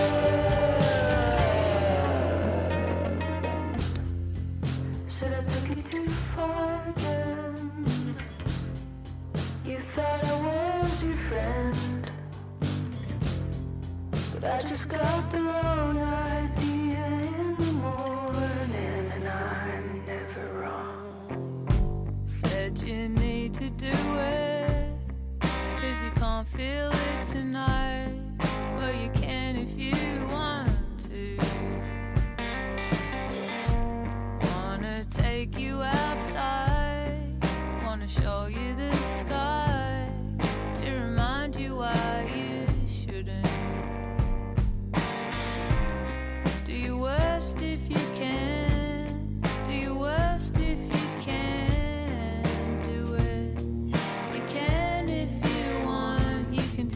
[SPEAKER 4] up. Said I took you too far again. You thought I was your friend, but I just got the wrong idea in the morning, and I'm never wrong. Said you need to do it, cause you can't feel it tonight. Well, you can if you want to. Wanna take you outside, wanna show you the sky, to remind you why you shouldn't. Do your worst if you can, do your worst if you can do it. You can if you want, you can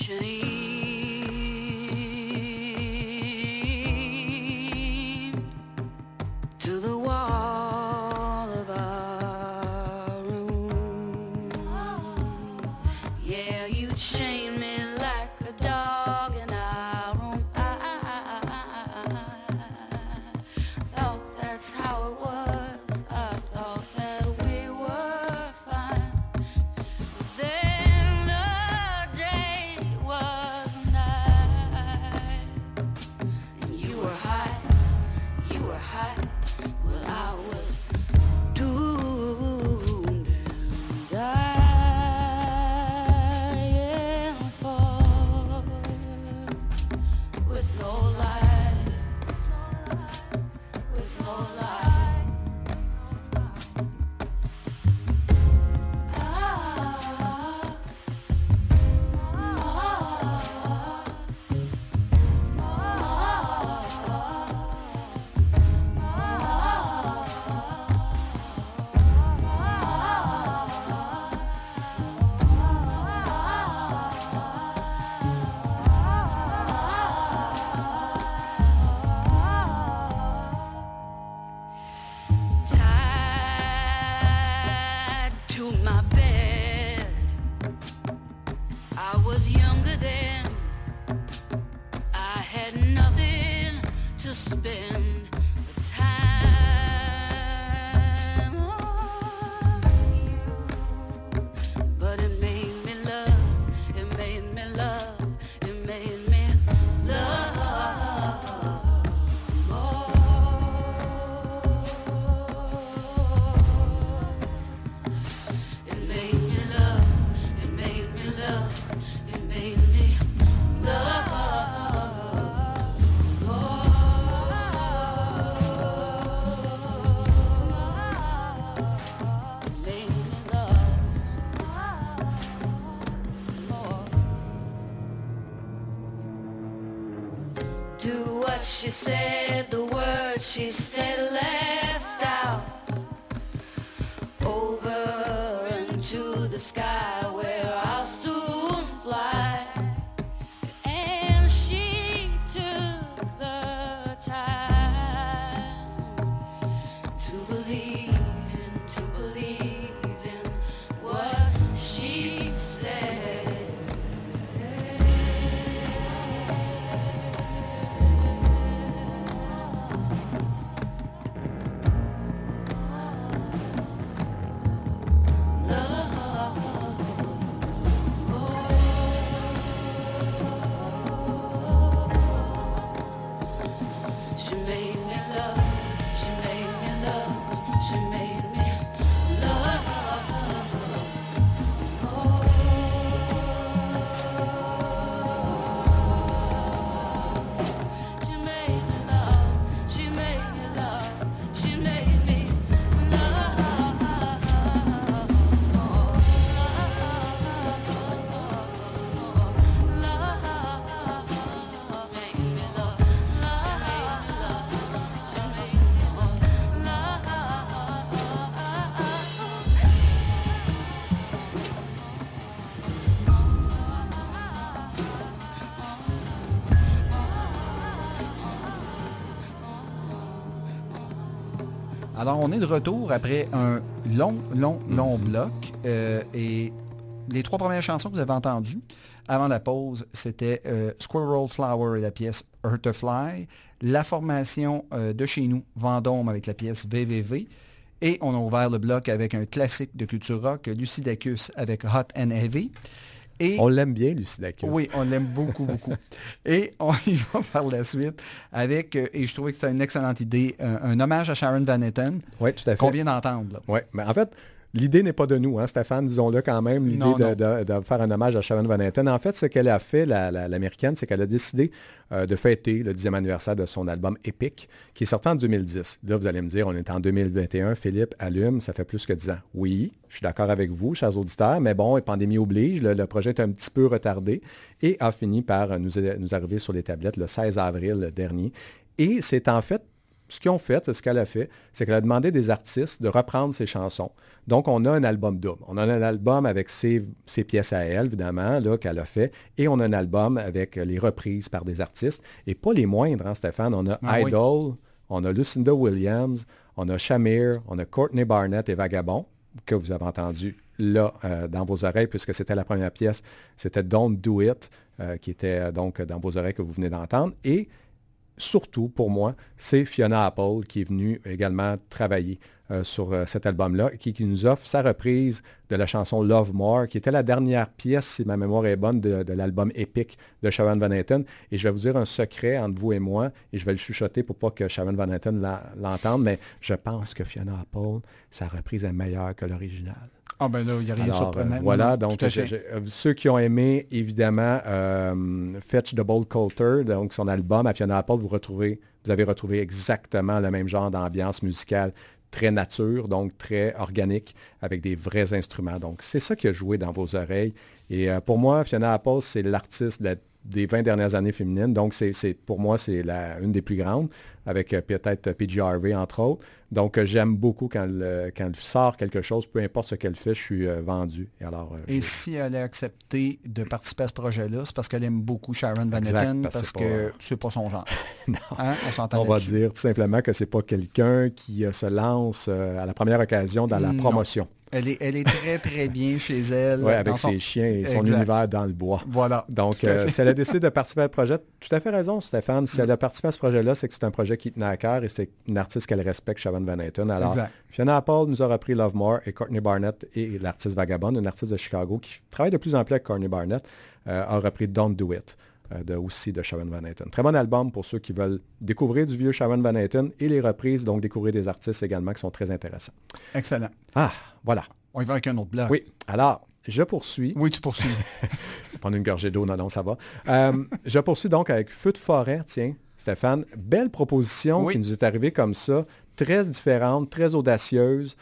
[SPEAKER 6] chained to the wall of our room. Yeah, you chained me like a dog in our room. I, I, I, I thought that's how it was. I thought that we were fine. Then the day was a night, and you were high, you were high. Well, I was doomed and dying for with no life, with no life. Ah, tied to my bed. I was younger then. I had nothing to spend the time on you. But it made me love, it made me love, it made me love more. It made me love, it made me love, it made me love more. It made me love more. Do what she said, the words she said left out. Over into the sky where I'll soon fly. And she took the time to believe in, to believe in what she said. She made me love, she made me love, she made me love more. She made me love, she made me love, she made me love more. Make me love.
[SPEAKER 3] Alors, on est de retour après un long, long, long bloc. euh, et les trois premières chansons que vous avez entendues avant la pause, c'était euh, Squirrel Flower et la pièce Earth to Fly, la formation euh, de chez nous, Vendôme, avec la pièce V V V. Et on a ouvert le bloc avec un classique de culture rock, Lucidacus avec Hot and Heavy. Et
[SPEAKER 2] On l'aime bien, Lucidacus.
[SPEAKER 3] oui, on l'aime beaucoup, beaucoup. Et on y va par la suite avec, euh, et je trouvais que c'était une excellente idée, un, un hommage à Sharon Van Etten
[SPEAKER 2] Oui, tout à fait.
[SPEAKER 3] qu'on vient d'entendre. là.
[SPEAKER 2] Oui, mais en fait, l'idée n'est pas de nous, hein, Stéphane, disons-le quand même, l'idée
[SPEAKER 3] Non,
[SPEAKER 2] de,
[SPEAKER 3] non.
[SPEAKER 2] de- de faire un hommage à Sharon Van Etten. En fait, ce qu'elle a fait, la- la- l'américaine, c'est qu'elle a décidé euh, de fêter le dixième anniversaire de son album Epic, qui est sorti en deux mille dix. Là, vous allez me dire, on est en deux mille vingt et un, Philippe, allume, ça fait plus que dix ans. Oui, je suis d'accord avec vous, chers auditeurs, mais bon, pandémie oblige, le, le projet est un petit peu retardé et a fini par nous, nous arriver sur les tablettes le seize avril dernier. Et c'est en fait ce qu'ils ont fait, ce qu'elle a fait, c'est qu'elle a demandé des artistes de reprendre ses chansons. Donc, on a un album double. On a un album avec ses, ses pièces à elle, évidemment, là, qu'elle a fait, et on a un album avec les reprises par des artistes, et pas les moindres, hein, Stéphane. On a
[SPEAKER 3] Ah,
[SPEAKER 2] Idol, oui. On a Lucinda Williams, on a Shamir, on a Courtney Barnett et Vagabond, que vous avez entendu là, euh, dans vos oreilles, puisque c'était la première pièce. C'était Don't Do It, euh, qui était euh, donc dans vos oreilles que vous venez d'entendre. Et surtout, pour moi, c'est Fiona Apple qui est venue également travailler euh, sur euh, cet album-là, qui, qui nous offre sa reprise de la chanson Love More, qui était la dernière pièce, si ma mémoire est bonne, de, de l'album épique de Sharon Van Etten. Et je vais vous dire un secret entre vous et moi, et je vais le chuchoter pour pas que Sharon Van Etten la, l'entende, mais je pense que Fiona Apple, sa reprise est meilleure que l'original.
[SPEAKER 3] Ah ben là, il n'y a rien
[SPEAKER 2] Alors,
[SPEAKER 3] de surprenant.
[SPEAKER 2] euh, voilà,
[SPEAKER 3] Non,
[SPEAKER 2] donc
[SPEAKER 3] tout à
[SPEAKER 2] je-
[SPEAKER 3] fait.
[SPEAKER 2] je- euh, ceux qui ont aimé, évidemment, euh, Fetch the Bolt Coulter, donc son album à Fiona Apple, vous retrouvez, vous avez retrouvé exactement le même genre d'ambiance musicale, très nature, donc très organique, avec des vrais instruments. Donc, c'est ça qui a joué dans vos oreilles. Et euh, pour moi, Fiona Apple, c'est l'artiste de la- des vingt dernières années féminines. Donc, c'est, c'est- pour moi, c'est la, une des plus grandes, avec euh, peut-être P J Harvey, entre autres. Donc, euh, j'aime beaucoup quand elle, euh, quand elle sort quelque chose, peu importe ce qu'elle fait, je suis euh, vendu. Et alors, euh,
[SPEAKER 3] Et
[SPEAKER 2] je-
[SPEAKER 3] si elle a accepté de participer à ce projet-là, c'est parce qu'elle aime beaucoup Sharon Van
[SPEAKER 2] Exact,
[SPEAKER 3] Etten,
[SPEAKER 2] parce que
[SPEAKER 3] parce
[SPEAKER 2] c'est
[SPEAKER 3] que
[SPEAKER 2] pas-
[SPEAKER 3] c'est pas son genre.
[SPEAKER 2] Non.
[SPEAKER 3] Hein? On s'entend
[SPEAKER 2] on va
[SPEAKER 3] là-dessus.
[SPEAKER 2] dire tout simplement que c'est pas quelqu'un qui euh, se lance euh, à la première occasion dans la
[SPEAKER 3] Non.
[SPEAKER 2] promotion.
[SPEAKER 3] Elle est, elle est très, très bien chez elle.
[SPEAKER 2] Ouais,
[SPEAKER 3] dans
[SPEAKER 2] avec
[SPEAKER 3] son-
[SPEAKER 2] ses chiens et son
[SPEAKER 3] Exact.
[SPEAKER 2] univers dans le bois.
[SPEAKER 3] Voilà.
[SPEAKER 2] Donc,
[SPEAKER 3] Tout à
[SPEAKER 2] euh,
[SPEAKER 3] fait.
[SPEAKER 2] si elle a décidé de participer à ce projet, tout à fait raison, Stéphane. Si elle a participé à ce projet-là, c'est que c'est un projet qui tenait à cœur et c'est une artiste qu'elle respecte, Sharon Van Etten. Alors,
[SPEAKER 3] Exact.
[SPEAKER 2] Fiona Apple nous a repris Love More et Courtney Barnett et l'artiste Vagabond, une artiste de Chicago qui travaille de plus en plus avec Courtney Barnett, euh, a repris Don't Do It, euh, de, aussi de Sharon Van Etten. Très bon album pour ceux qui veulent découvrir du vieux Sharon Van Etten et les reprises, donc découvrir des artistes également qui sont très intéressants.
[SPEAKER 3] Excellent.
[SPEAKER 2] Ah, voilà.
[SPEAKER 3] On y va avec un autre bloc.
[SPEAKER 2] Oui, alors, je poursuis.
[SPEAKER 3] Oui, tu poursuis.
[SPEAKER 2] Prendre une gorgée d'eau, non, non, ça va. Euh, je poursuis donc avec Feu de forêt, tiens, Stéphane. Belle proposition
[SPEAKER 3] Oui.
[SPEAKER 2] qui nous est arrivée comme ça, très différente, très audacieuse.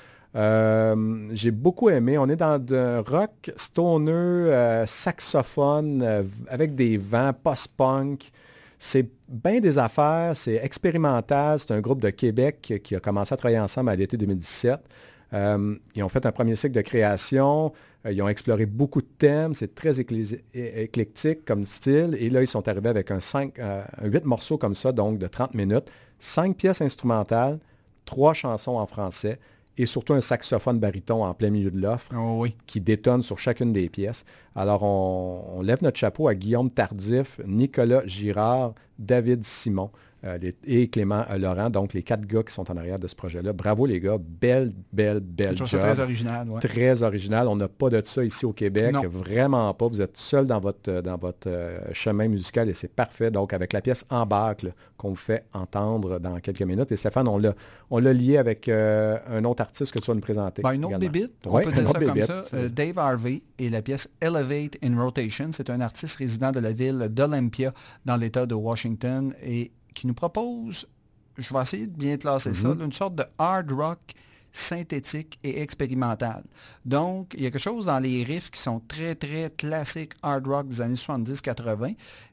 [SPEAKER 2] Euh, j'ai beaucoup aimé. On est dans un rock stoner, euh, saxophone, euh, avec des vents, post-punk. C'est bien des affaires, c'est expérimental. C'est un groupe de Québec qui a commencé à travailler ensemble à l'été deux mille dix-sept. Euh, ils ont fait un premier cycle de création. Euh, ils ont exploré beaucoup de thèmes. C'est très éclé- é- éclectique comme style. Et là, ils sont arrivés avec un, cinq, euh, un huit morceaux comme ça, donc de trente minutes. cinq pièces instrumentales, trois chansons en français et surtout un saxophone baryton en plein milieu de l'offre
[SPEAKER 3] Oh oui.
[SPEAKER 2] qui détonne sur chacune des pièces. Alors, on, on lève notre chapeau à Guillaume Tardif, Nicolas Girard, David Simon euh, les- et Clément euh, Laurent, donc les quatre gars qui sont en arrière de ce projet-là. Bravo les gars, belle, belle, belle
[SPEAKER 3] Je trouve ça
[SPEAKER 2] job.
[SPEAKER 3] très original. Ouais.
[SPEAKER 2] Très original. On n'a pas de ça ici au Québec.
[SPEAKER 3] Non.
[SPEAKER 2] Vraiment pas. Vous êtes seul dans votre, dans votre euh, chemin musical et c'est parfait. Donc, avec la pièce Embarque là, qu'on vous fait entendre dans quelques minutes. Et Stéphane, on l'a, on l'a lié avec euh, un autre artiste que tu vas nous présenter.
[SPEAKER 3] Ben, une autre
[SPEAKER 2] également.
[SPEAKER 3] bébite, on
[SPEAKER 2] Ouais,
[SPEAKER 3] peut
[SPEAKER 2] une
[SPEAKER 3] dire
[SPEAKER 2] autre
[SPEAKER 3] ça comme
[SPEAKER 2] bébite.
[SPEAKER 3] ça.
[SPEAKER 2] C'est-
[SPEAKER 3] Euh, Dave Harvey et la pièce Elevate in Rotation. C'est un artiste résident de la ville d'Olympia dans l'État de Washington et qui nous propose, je vais essayer de bien classer ça,
[SPEAKER 2] Mm-hmm.
[SPEAKER 3] là, une sorte de hard rock synthétique et expérimental. Donc, il y a quelque chose dans les riffs qui sont très, très classiques hard rock des années soixante-dix quatre-vingt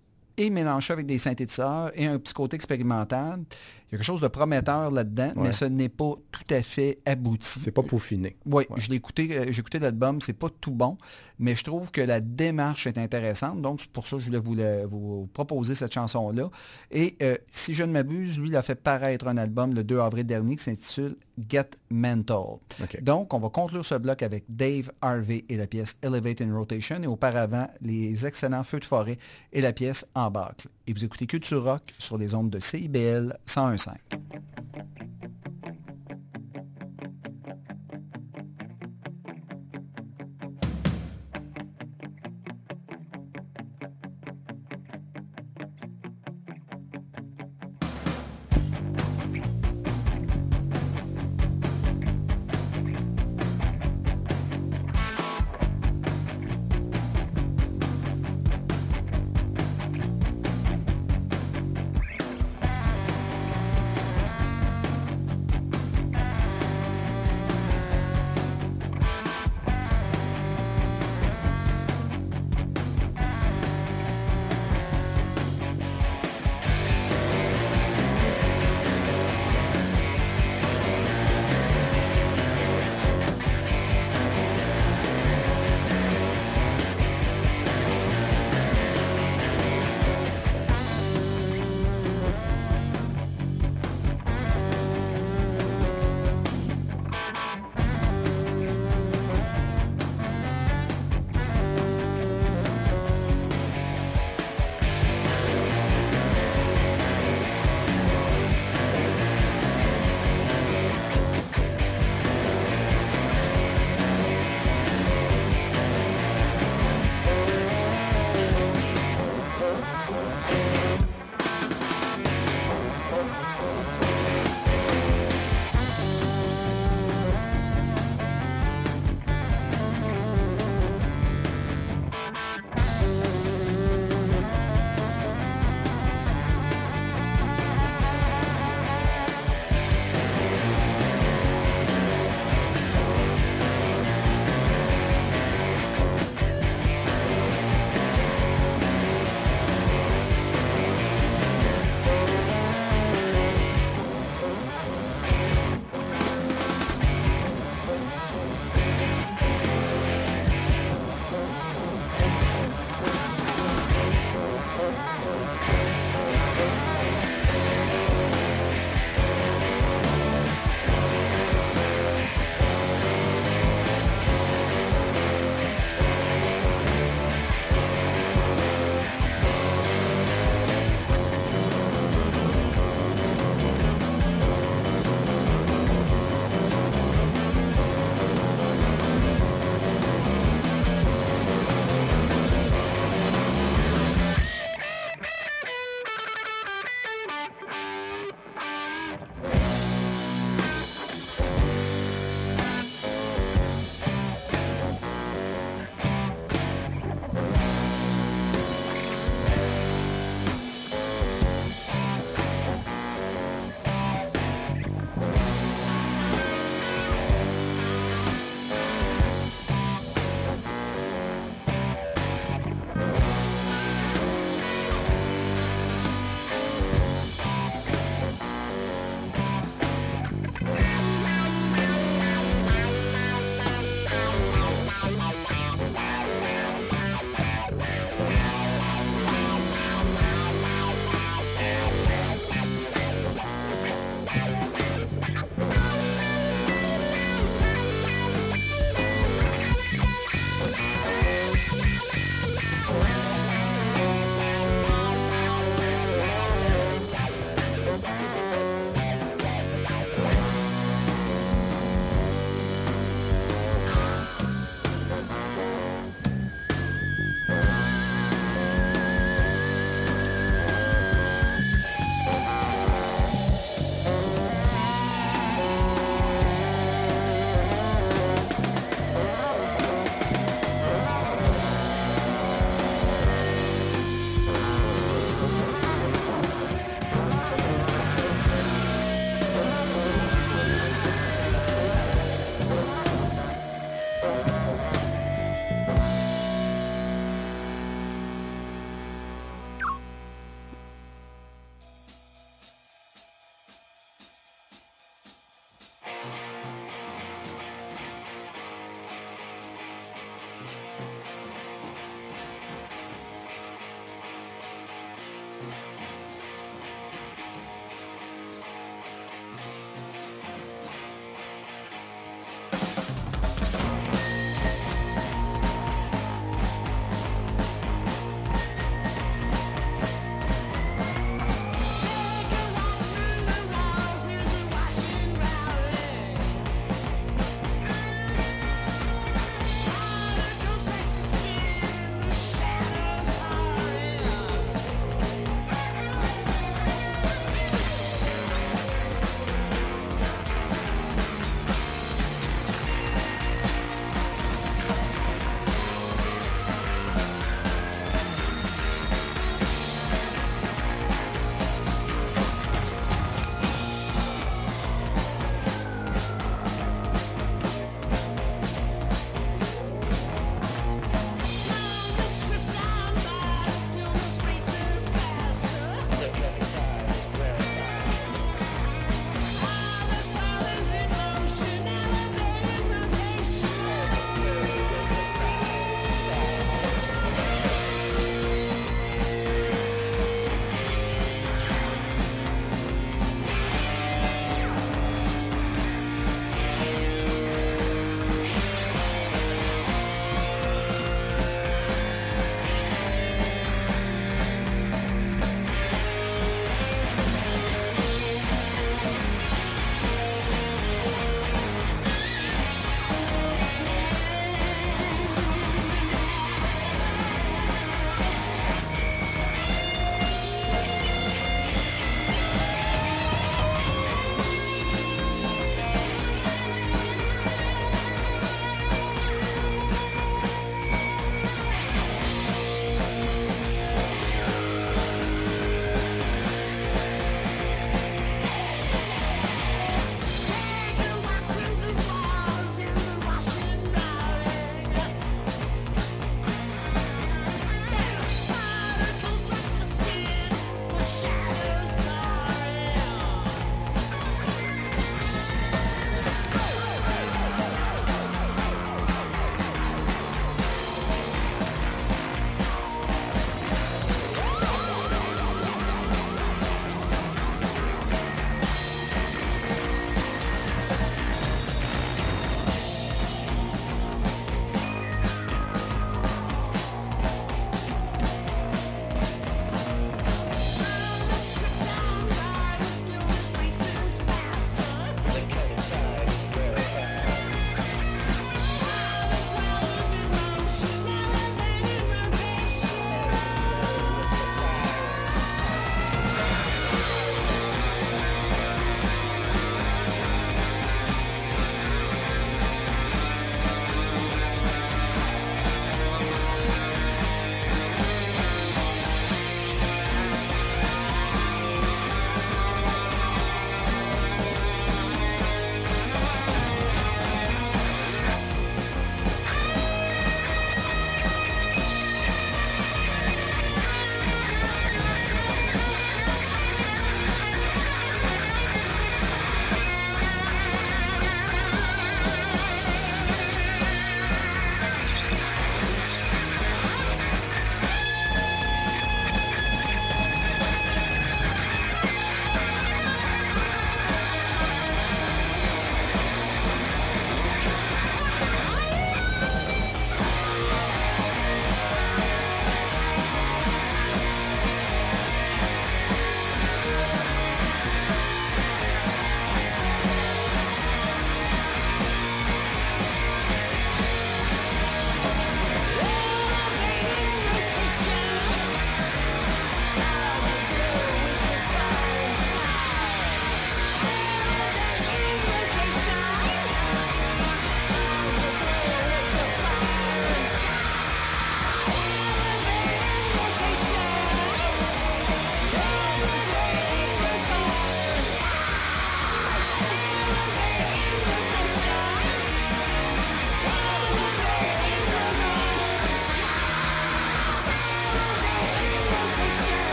[SPEAKER 3] et mélangé avec des synthétiseurs et un petit côté expérimental. Il y a quelque chose de prometteur là-dedans,
[SPEAKER 2] Ouais.
[SPEAKER 3] mais ce n'est pas tout à fait abouti.
[SPEAKER 2] C'est pas peaufiné.
[SPEAKER 3] Oui, je l'ai écouté, euh, j'ai écouté l'album, c'est pas tout bon, mais je trouve que la démarche est intéressante, donc c'est pour ça que je voulais vous, le- vous proposer cette chanson-là. Et euh, si je ne m'abuse, lui, il a fait paraître un album le deux avril dernier qui s'intitule Get Mental.
[SPEAKER 2] OK.
[SPEAKER 3] Donc, on va conclure ce bloc avec Dave Harvey et la pièce Elevate in Rotation, et auparavant, les excellents Feux de forêt et la pièce Embarque. Et vous écoutez Culture Rock sur les ondes de C I B L cent un virgule cinq.
[SPEAKER 5] Thank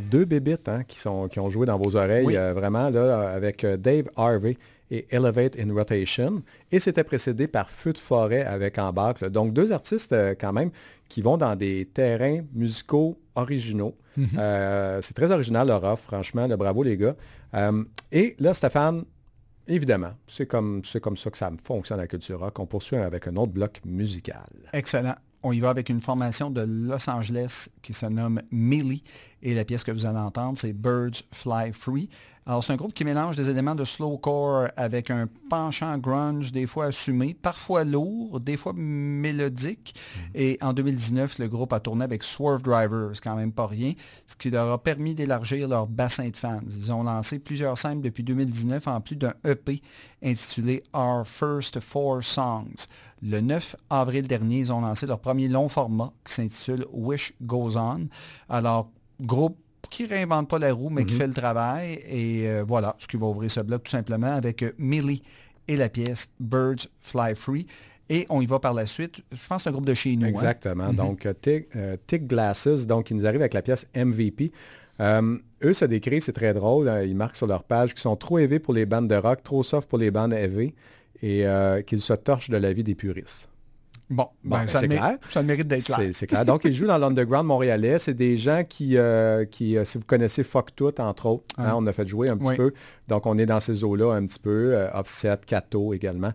[SPEAKER 2] deux bébites hein, qui, sont, qui ont joué dans vos oreilles,
[SPEAKER 3] Oui.
[SPEAKER 2] euh, vraiment, là, avec euh, Dave Harvey et Elevate in Rotation. Et c'était précédé par Feu de forêt avec Embarque. Là. Donc, deux artistes euh, quand même qui vont dans des terrains musicaux originaux. Mm-hmm. Euh, c'est très original leur offre, franchement. Là, bravo les gars. Euh, et là, Stéphane, évidemment, c'est comme, c'est comme ça que ça fonctionne la culture rock. On poursuit avec un autre bloc musical.
[SPEAKER 3] Excellent. On y va avec une formation de Los Angeles qui se nomme Millie. Et la pièce que vous allez entendre, c'est Birds Fly Free. Alors, c'est un groupe qui mélange des éléments de slowcore avec un penchant grunge, des fois assumé, parfois lourd, des fois mélodique. Mm. Et en deux mille dix-neuf, le groupe a tourné avec Swerve Driver, c'est quand même pas rien, ce qui leur a permis d'élargir leur bassin de fans. Ils ont lancé plusieurs simples depuis deux mille dix-neuf, en plus d'un E P intitulé Our First Four Songs. Le neuf avril dernier, ils ont lancé leur premier long format qui s'intitule Wish Goes On. Alors, groupe qui ne réinvente pas la roue, mais mm-hmm. qui fait le travail. Et euh, voilà, ce qui va ouvrir ce bloc tout simplement avec euh, Millie et la pièce Birds Fly Free. Et on y va par la suite. Je pense que c'est un groupe de chez nous.
[SPEAKER 2] Exactement.
[SPEAKER 3] Hein?
[SPEAKER 2] Donc, mm-hmm. Thick, euh, Thick Glasses, donc, ils nous arrivent avec la pièce M V P. Euh, eux se décrivent, c'est très drôle, hein, ils marquent sur leur page qu'ils sont trop heavy pour les bandes de rock, trop soft pour les bandes heavy, et euh, qu'ils se torchent de la vie des puristes.
[SPEAKER 3] Bon,
[SPEAKER 2] bon
[SPEAKER 3] ben, ça,
[SPEAKER 2] c'est
[SPEAKER 3] le
[SPEAKER 2] clair.
[SPEAKER 3] Mérite, ça le mérite d'être clair.
[SPEAKER 2] C'est, c'est clair. Donc, ils jouent dans l'underground montréalais. C'est des gens qui, euh, qui euh, si vous connaissez Fuck Tout, entre autres, hein, ouais. on a fait jouer un petit oui. peu. Donc, on est dans ces eaux-là un petit peu. Euh, Offset, Cato également.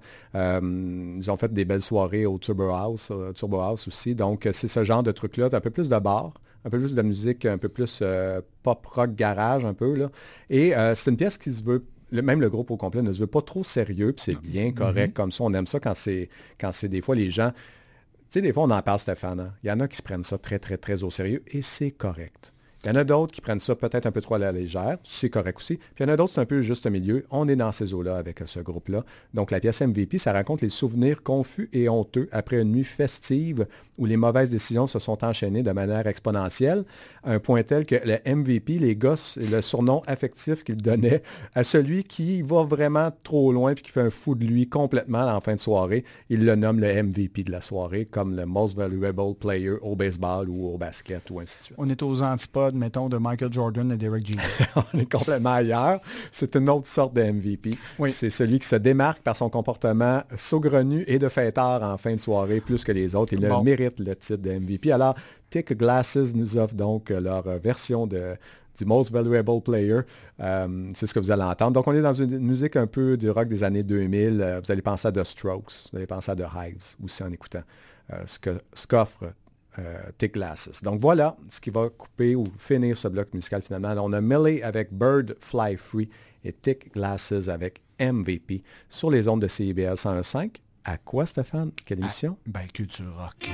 [SPEAKER 2] Euh, ils ont fait des belles soirées au Turbo House, euh, Turbo House aussi. Donc, c'est ce genre de truc-là. Un peu plus de bar, un peu plus de musique, un peu plus euh, pop-rock garage un peu. Là. Et euh, c'est une pièce qui se veut... Le, même le groupe au complet ne se veut pas trop sérieux, puis c'est bien correct mm-hmm. comme ça. On aime ça quand c'est quand c'est des fois les gens... Tu sais, des fois, on en parle, Stéphane. Hein? Il y en a qui se prennent ça très, très, très au sérieux, et c'est correct. Il y en a d'autres qui prennent ça peut-être un peu trop à la légère, c'est correct aussi. Puis il y en a d'autres, c'est un peu juste au milieu. On est dans ces eaux-là avec ce groupe-là. Donc la pièce M V P, ça raconte les souvenirs confus et honteux après une nuit festive où les mauvaises décisions se sont enchaînées de manière exponentielle, à un point tel que le M V P, les gosses, le surnom affectif qu'ils donnaient à celui qui va vraiment trop loin puis qui fait un fou de lui complètement en fin de soirée, ils le nomment le M V P de la soirée, comme le Most Valuable Player au baseball ou au basket ou ainsi de suite.
[SPEAKER 3] On est aux antipodes, mettons, de Michael Jordan et Derek Jeter.
[SPEAKER 2] On est complètement ailleurs. C'est une autre sorte de M V P. Oui. C'est celui qui se démarque par son comportement saugrenu et de fêtard en fin de soirée plus que les autres. Il bon. le mérite le titre de M V P. Alors, Thick Glasses nous offre donc leur version de, du Most Valuable Player. Euh, c'est ce que vous allez entendre. Donc, on est dans une musique un peu du rock des années deux mille. Euh, vous allez penser à The Strokes. Vous allez penser à The Hives aussi en écoutant euh, ce, que, ce qu'offre euh, Thick Glasses. Donc, voilà ce qui va couper ou finir ce bloc musical finalement. Alors, on a Millie avec Bird Fly Free et Thick Glasses avec M V P sur les ondes de C I B L cent un virgule cinq. À quoi, Stéphane? Quelle émission?
[SPEAKER 3] Ah, ben, Culture Rock.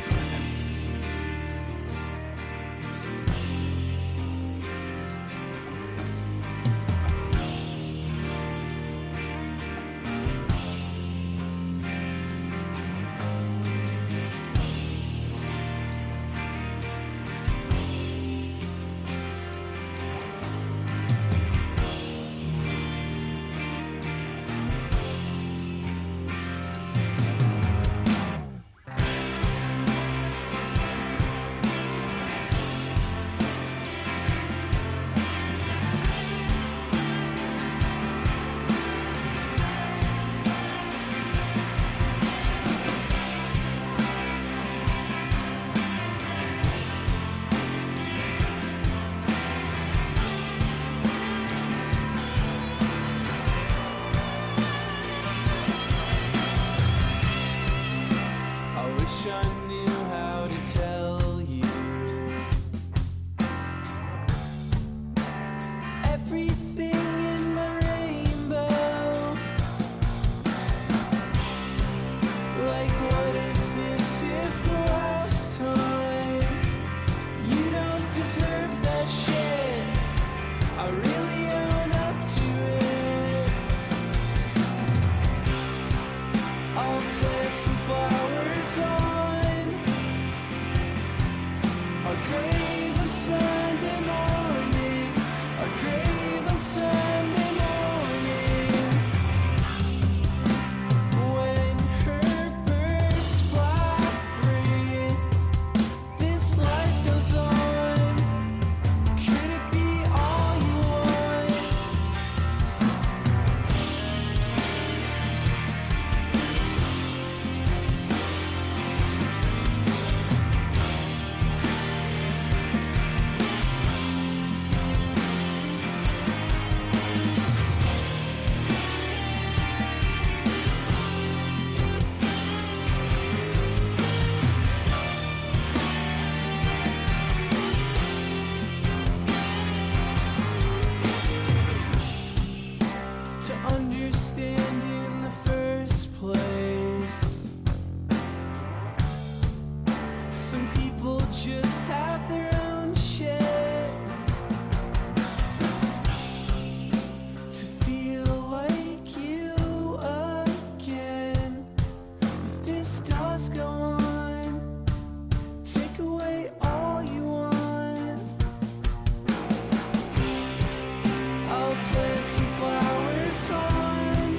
[SPEAKER 4] some flowers on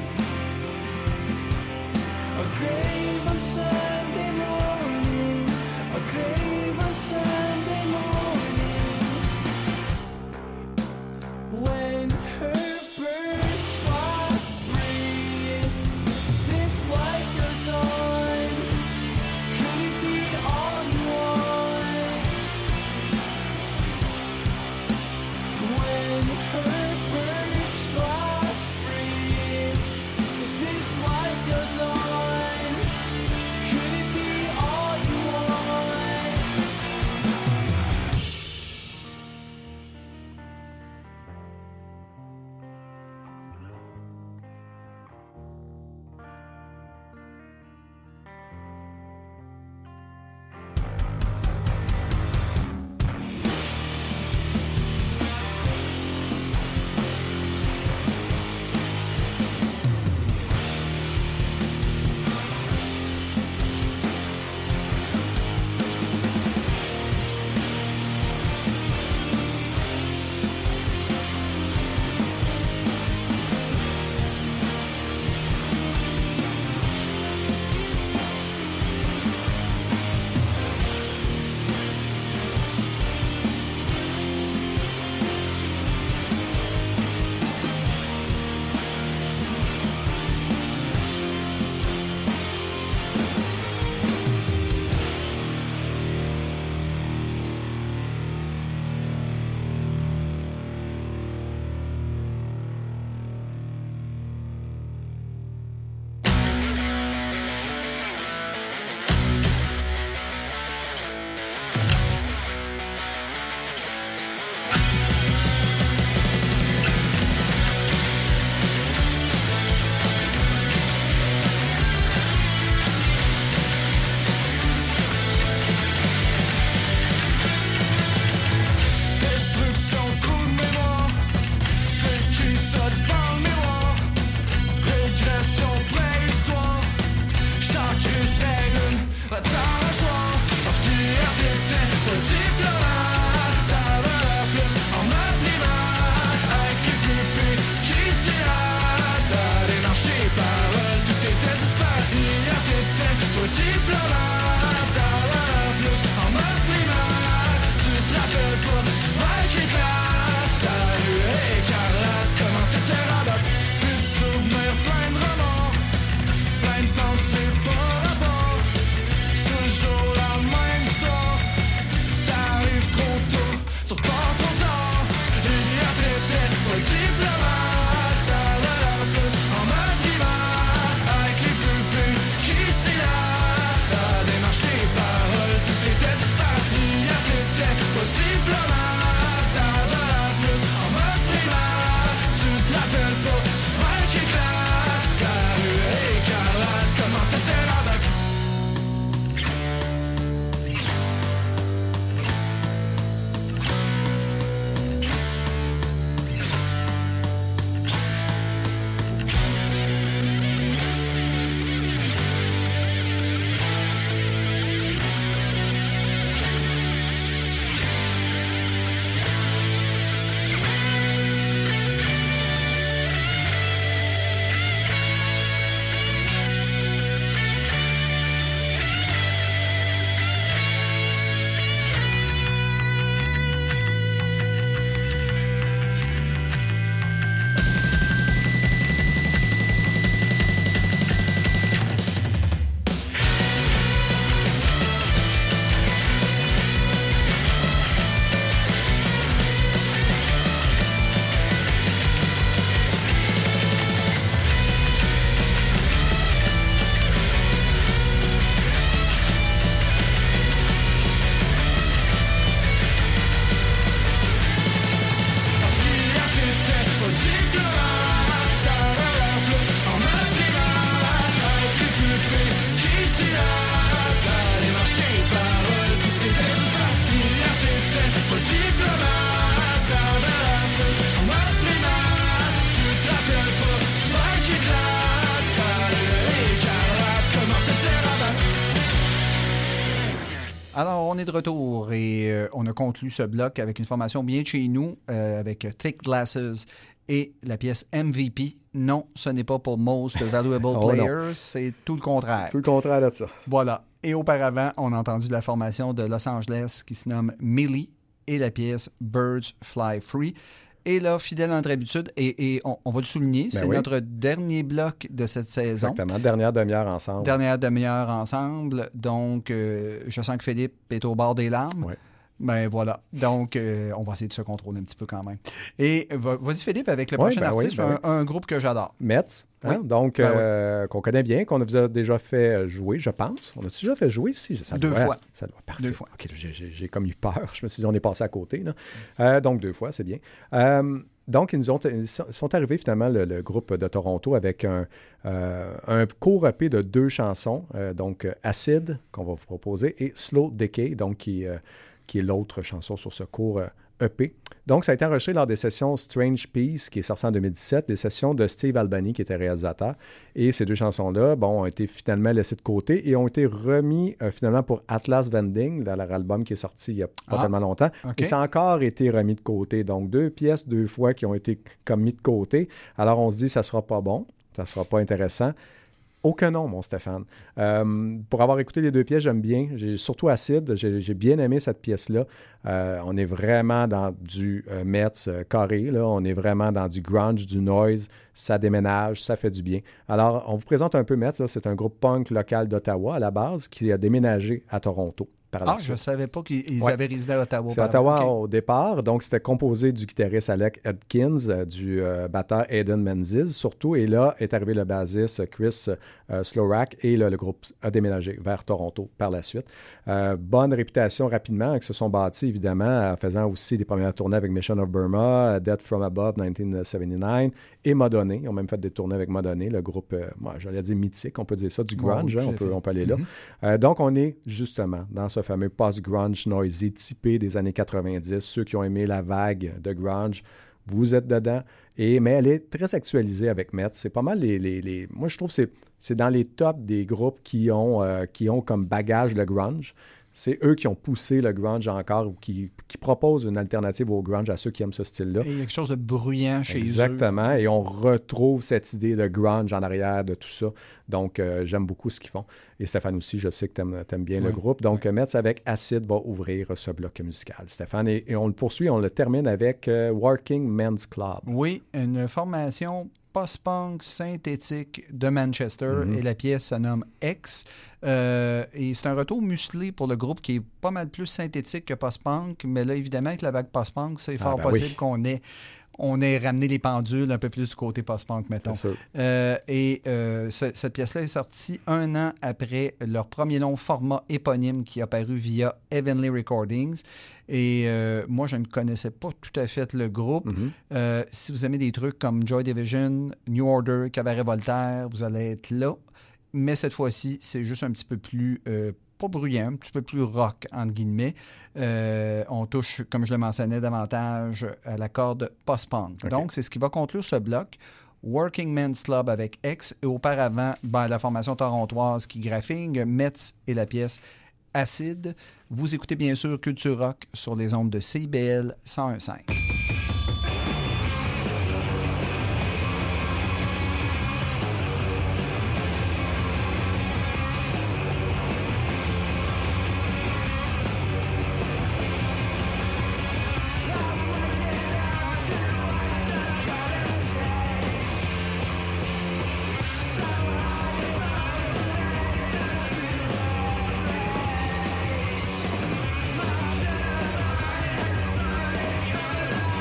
[SPEAKER 4] a grave on Sunday morning, a grave on Sunday morning, when her birds fly free. This life goes on. Can it be all you want? When her birds fly free, this life goes on. Could it be all you want? Destruction, trou de mémoire, c'est qui ça devant le miroir? Régression, préhistoire, j't'en crisserai une, va-t'en le soir. Parce qu'hier t'étais petit pleurant, t'avais l'air plus en mode primaire, avec les pupilles qui s'irradient, d'aller dans tes paroles, tout était disparu. Hier t'étais petit pleurant, t'avais l'air plus en mode primaire, tu te rappelles pas du feu qui éclate, la rue est écarlate, comment t'étais rabatte. Plus de souvenirs, plein de remords, plein de pensées par rapport. C'est toujours la même histoire, t'arrives trop tôt, tu repars trop tard. Hier t'étais petit pleurant, t'avais l'air plus en mode primaire, avec les pupilles qui s'élarent, la démarche, tes paroles, tout était disparu. Hier t'étais petit pleurant, t'avais l'air plus en mode primaire, tu te rappelles pas du feu qui éclate, la rue est écarlate, comment t'étais là-bas. Parce qu'hier t'étais petit pleurant, t'avais l'air plus en mode primaire, avec les pupilles qui s'irradient, la démarche, tes paroles, tout était disparu. Hier t'étais petit pleurant, t'avais l'air plus en mode primaire, tu te rappelles pas du feu qui éclate, la rue est écarlate, comment t'étais là-bas.
[SPEAKER 3] Alors, on est de retour et euh, on a conclu ce bloc avec une formation bien de chez nous, euh, avec Thick Glasses et la pièce M V P. Non, ce n'est pas pour Most Valuable
[SPEAKER 2] Oh,
[SPEAKER 3] Player,
[SPEAKER 2] non.
[SPEAKER 3] c'est tout le contraire.
[SPEAKER 2] Tout le contraire de ça.
[SPEAKER 3] Voilà. Et auparavant, on a entendu la formation de Los Angeles qui se nomme Millie et la pièce Birds Fly Free. Et là, fidèle à notre habitude, et, et on, on va le souligner, c'est
[SPEAKER 2] oui.
[SPEAKER 3] notre dernier bloc de cette saison.
[SPEAKER 2] Exactement. Dernière demi-heure ensemble.
[SPEAKER 3] Dernière demi-heure ensemble. Donc, euh, je sens que Philippe est au bord des larmes.
[SPEAKER 2] Oui.
[SPEAKER 3] Ben voilà. Donc, euh, on va essayer de se contrôler un petit peu quand même. Et va- vas-y, Philippe, avec le
[SPEAKER 2] Oui,
[SPEAKER 3] prochain
[SPEAKER 2] ben oui,
[SPEAKER 3] artiste,
[SPEAKER 2] ben
[SPEAKER 3] un, un groupe que j'adore.
[SPEAKER 2] Metz, hein?
[SPEAKER 3] Oui.
[SPEAKER 2] Donc,
[SPEAKER 3] Ben
[SPEAKER 2] euh, qu'on connaît bien, qu'on a déjà fait jouer, je pense. On a déjà fait jouer ici? Ça
[SPEAKER 3] Deux
[SPEAKER 2] doit,
[SPEAKER 3] fois.
[SPEAKER 2] Ça doit, parfait.
[SPEAKER 3] Deux fois.
[SPEAKER 2] OK, j'ai, j'ai, j'ai comme eu peur. Je me suis dit, on est passé à côté. Là. Euh, donc, deux fois, c'est bien. Euh, donc, ils nous ont, ils sont arrivés finalement, le, le groupe de Toronto, avec un, euh, un court E P de deux chansons. Euh, donc, Acid, qu'on va vous proposer, et Slow Decay, donc qui, euh, qui est l'autre chanson sur ce court euh, E P. Donc, ça a été enregistré lors des sessions Strange Peace, qui est sorti en deux mille dix-sept, des sessions de Steve Albany, qui était réalisateur. Et ces deux chansons-là, bon, ont été finalement laissées de côté et ont été remis euh, finalement pour Atlas Vending, là, leur album qui est sorti il n'y a pas
[SPEAKER 3] Ah,
[SPEAKER 2] tellement longtemps.
[SPEAKER 3] OK.
[SPEAKER 2] Et ça a encore été remis de côté. Donc, deux pièces, deux fois qui ont été comme mis de côté. Alors, on se dit, ça ne sera pas bon, ça ne sera pas intéressant. Aucun nom, mon Stéphane. Euh, pour avoir écouté les deux pièces, j'aime bien. J'ai, surtout Acide, j'ai, j'ai bien aimé cette pièce-là. Euh, on est vraiment dans du euh, Metz euh, carré. Là. On est vraiment dans du grunge, du noise. Ça déménage, ça fait du bien. Alors, on vous présente un peu Metz. Là. C'est un groupe punk local d'Ottawa à la base qui a déménagé à Toronto. Par la
[SPEAKER 3] Ah, je
[SPEAKER 2] suite.
[SPEAKER 3] ne savais pas qu'ils
[SPEAKER 2] Ouais.
[SPEAKER 3] avaient résidé à Ottawa.
[SPEAKER 2] C'est
[SPEAKER 3] auparavant.
[SPEAKER 2] Ottawa
[SPEAKER 3] OK.
[SPEAKER 2] au départ, donc c'était composé du guitariste Alec Atkins, euh, du euh, batteur Aiden Menzies surtout, et là est arrivé le bassiste Chris euh, Slorak, et là, le groupe a déménagé vers Toronto par la suite. Euh, bonne réputation rapidement, qui se sont bâtis évidemment en faisant aussi des premières tournées avec Mission of Burma, Death from Above dix-neuf soixante-dix-neuf, et Madonné. Ils ont même fait des tournées avec Madonné, le groupe, euh, moi j'allais dire mythique, on peut dire ça, du grunge,
[SPEAKER 3] Ouais,
[SPEAKER 2] hein, on,
[SPEAKER 3] tout à
[SPEAKER 2] peut,
[SPEAKER 3] fait.
[SPEAKER 2] on peut aller là.
[SPEAKER 3] Mhm.
[SPEAKER 2] Euh, donc on est justement dans ce fameux post-grunge noisy typé des années quatre-vingt-dix. Ceux qui ont aimé la vague de grunge, vous êtes dedans. Et, mais elle est très actualisée avec Metz. C'est pas mal les... les, les moi, je trouve que c'est, c'est dans les tops des groupes qui ont, euh, qui ont comme bagage le grunge. C'est eux qui ont poussé le grunge encore ou qui, qui proposent une alternative au grunge à ceux qui aiment ce style-là.
[SPEAKER 3] Et il y a quelque chose de bruyant chez eux.
[SPEAKER 2] Exactement. Et on retrouve cette idée de grunge en arrière de tout ça. Donc, euh, j'aime beaucoup ce qu'ils font. Et Stéphane aussi, je sais que tu aimes bien
[SPEAKER 3] Oui.
[SPEAKER 2] le groupe. Donc, oui. Metz avec Acid va ouvrir ce bloc musical, Stéphane. Et, et on le poursuit, on le termine avec euh, Working Men's Club.
[SPEAKER 3] Oui, une formation post-punk synthétique de Manchester,
[SPEAKER 2] Mm-hmm.
[SPEAKER 3] et la pièce se nomme X. Euh, et c'est un retour musclé pour le groupe qui est pas mal plus synthétique que post-punk, mais là, évidemment, avec la vague post-punk, c'est
[SPEAKER 2] Ah,
[SPEAKER 3] fort
[SPEAKER 2] ben
[SPEAKER 3] possible
[SPEAKER 2] oui.
[SPEAKER 3] qu'on ait, on ait ramené les pendules un peu plus du côté post-punk, mettons.
[SPEAKER 2] C'est sûr.
[SPEAKER 3] Euh, et euh, ce- cette pièce-là est sortie un an après leur premier long format éponyme qui a paru via Heavenly Recordings. Et euh, moi, je ne connaissais pas tout à fait le groupe.
[SPEAKER 2] Mhm.
[SPEAKER 3] Euh, si vous aimez des trucs comme Joy Division, New Order, Cabaret Voltaire, vous allez être là. Mais cette fois-ci, c'est juste un petit peu plus, euh, pas bruyant, un petit peu plus rock, entre guillemets. Euh, on touche, comme je le mentionnais, davantage à la corde post-punk.
[SPEAKER 2] OK.
[SPEAKER 3] Donc, c'est ce qui va conclure ce bloc. Working Men's Club avec X, et auparavant, ben, la formation torontoise qui graphing, Metz et la pièce Acide. Vous écoutez bien sûr Culture Rock sur les ondes de C I B L cent un virgule cinq.
[SPEAKER 5] Thank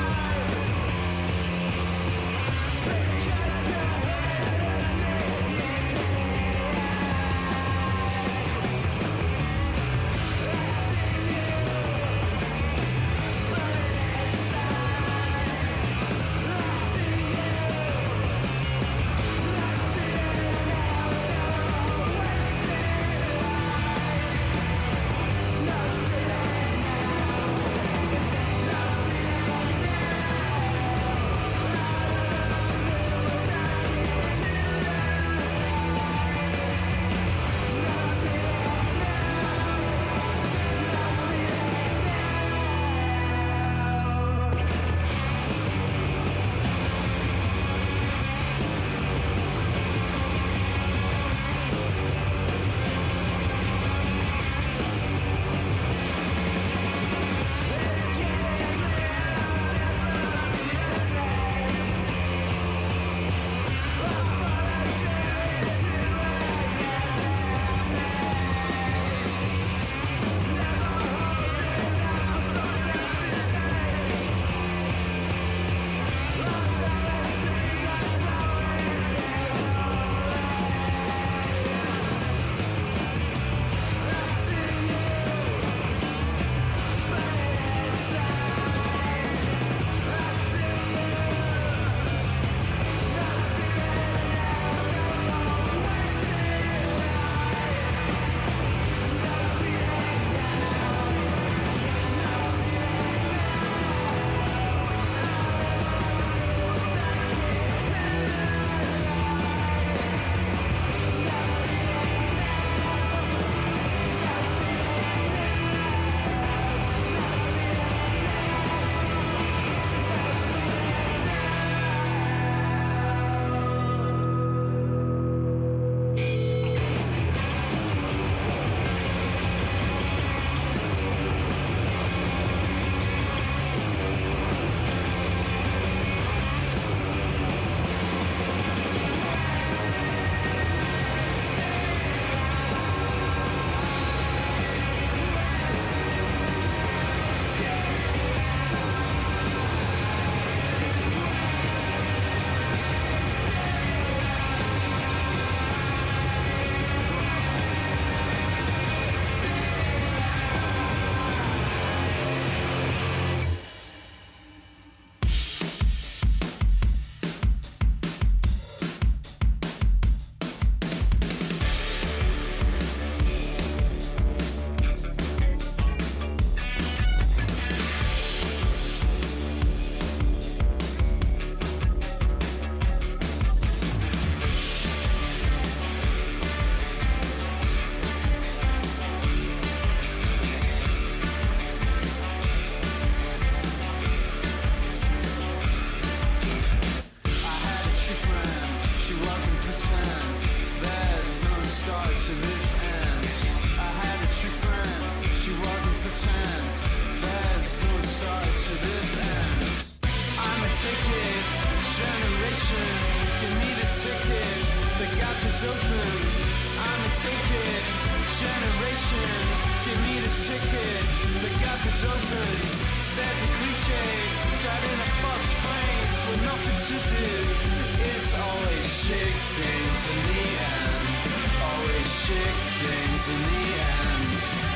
[SPEAKER 4] is open. I'm a ticket generation. Give me this ticket. The gap is open. There's a cliche sat in a box frame with nothing to do. It's always shit games in the end. Always shit games in the end.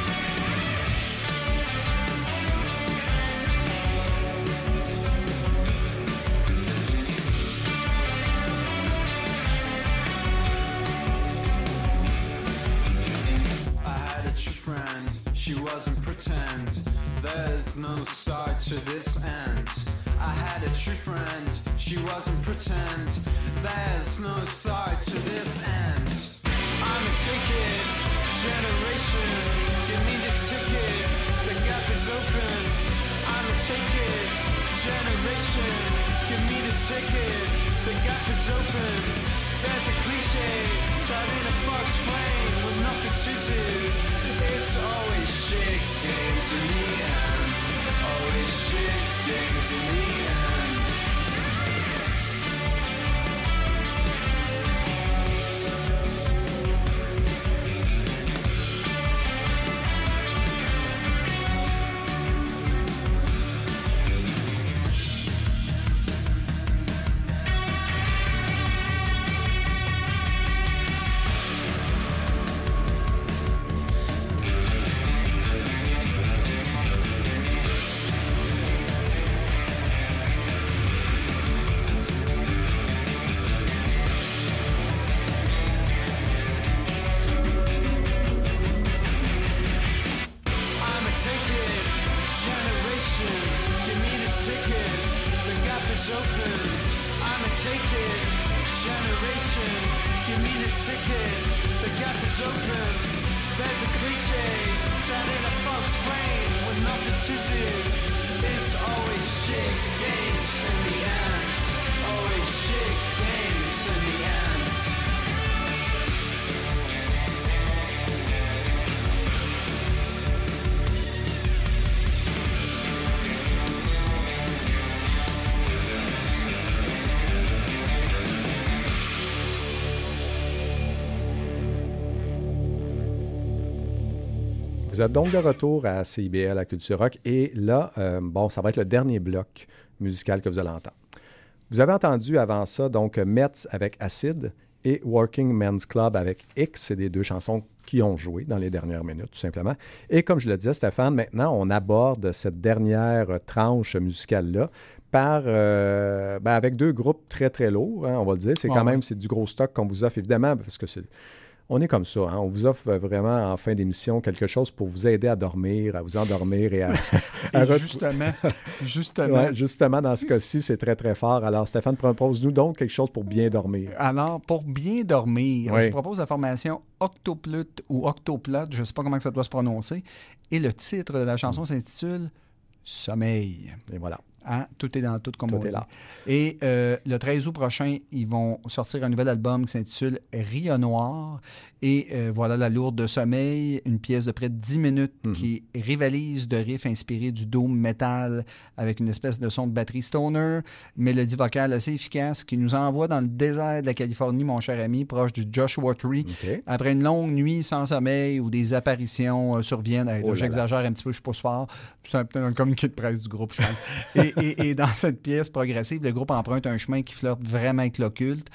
[SPEAKER 4] Friend, she wasn't pretend. There's no start to this end. I had a true friend, she wasn't pretend. There's no start to this end. I'm a ticket generation. Give me this ticket. The gap is open. I'm a ticket generation. Give me this ticket. The gap is open. There's a cliche sat in a box frame with nothing to do. It's always shit games in the end. Always shit games in the end.
[SPEAKER 2] Vous êtes donc de retour à C I B L, à Culture Rock. Et là, euh, bon, ça va être le dernier bloc musical que vous allez entendre. Vous avez entendu avant ça, donc, Metz avec Acid et Working Men's Club avec X. C'est des deux chansons qui ont joué dans les dernières minutes, tout simplement. Et comme je le disais, Stéphane, maintenant, on aborde cette dernière tranche musicale-là par, euh, ben avec deux groupes très, très lourds, hein, on va le dire. C'est quand oh, même, oui. c'est du gros stock qu'on vous offre, évidemment, parce que c'est... On est comme ça, hein? On vous offre vraiment en fin d'émission quelque chose pour vous aider à dormir, à vous endormir et à...
[SPEAKER 3] et à justement, justement.
[SPEAKER 2] Ouais, justement, dans ce cas-ci, c'est très, très fort. Alors, Stéphane, propose-nous donc quelque chose pour bien dormir.
[SPEAKER 3] Alors, pour bien dormir,
[SPEAKER 2] oui.
[SPEAKER 3] je propose la formation Octoplot ou Octoplot, je ne sais pas comment ça doit se prononcer, et le titre de la chanson s'intitule « Sommeil ».
[SPEAKER 2] Et voilà.
[SPEAKER 3] Hein? Tout est dans tout, comme
[SPEAKER 2] tout
[SPEAKER 3] on dit.
[SPEAKER 2] Là.
[SPEAKER 3] Et euh, le treize août prochain, ils vont sortir un nouvel album qui s'intitule « Rio Noir ». Et euh, voilà La Lourde de Sommeil, une pièce de près de dix minutes mm-hmm. qui rivalise de riffs inspirés du doom metal avec une espèce de son de batterie stoner, mélodie vocale assez efficace qui nous envoie dans le désert de la Californie, mon cher ami, proche du Joshua Tree. Okay. Après une longue nuit sans sommeil où des apparitions euh, surviennent. Oh j'exagère un petit peu, je suis pas fort. C'est un, un communiqué de presse du groupe, je pense. et, et, et dans cette pièce progressive, le groupe emprunte un chemin qui flirte vraiment avec l'occulte.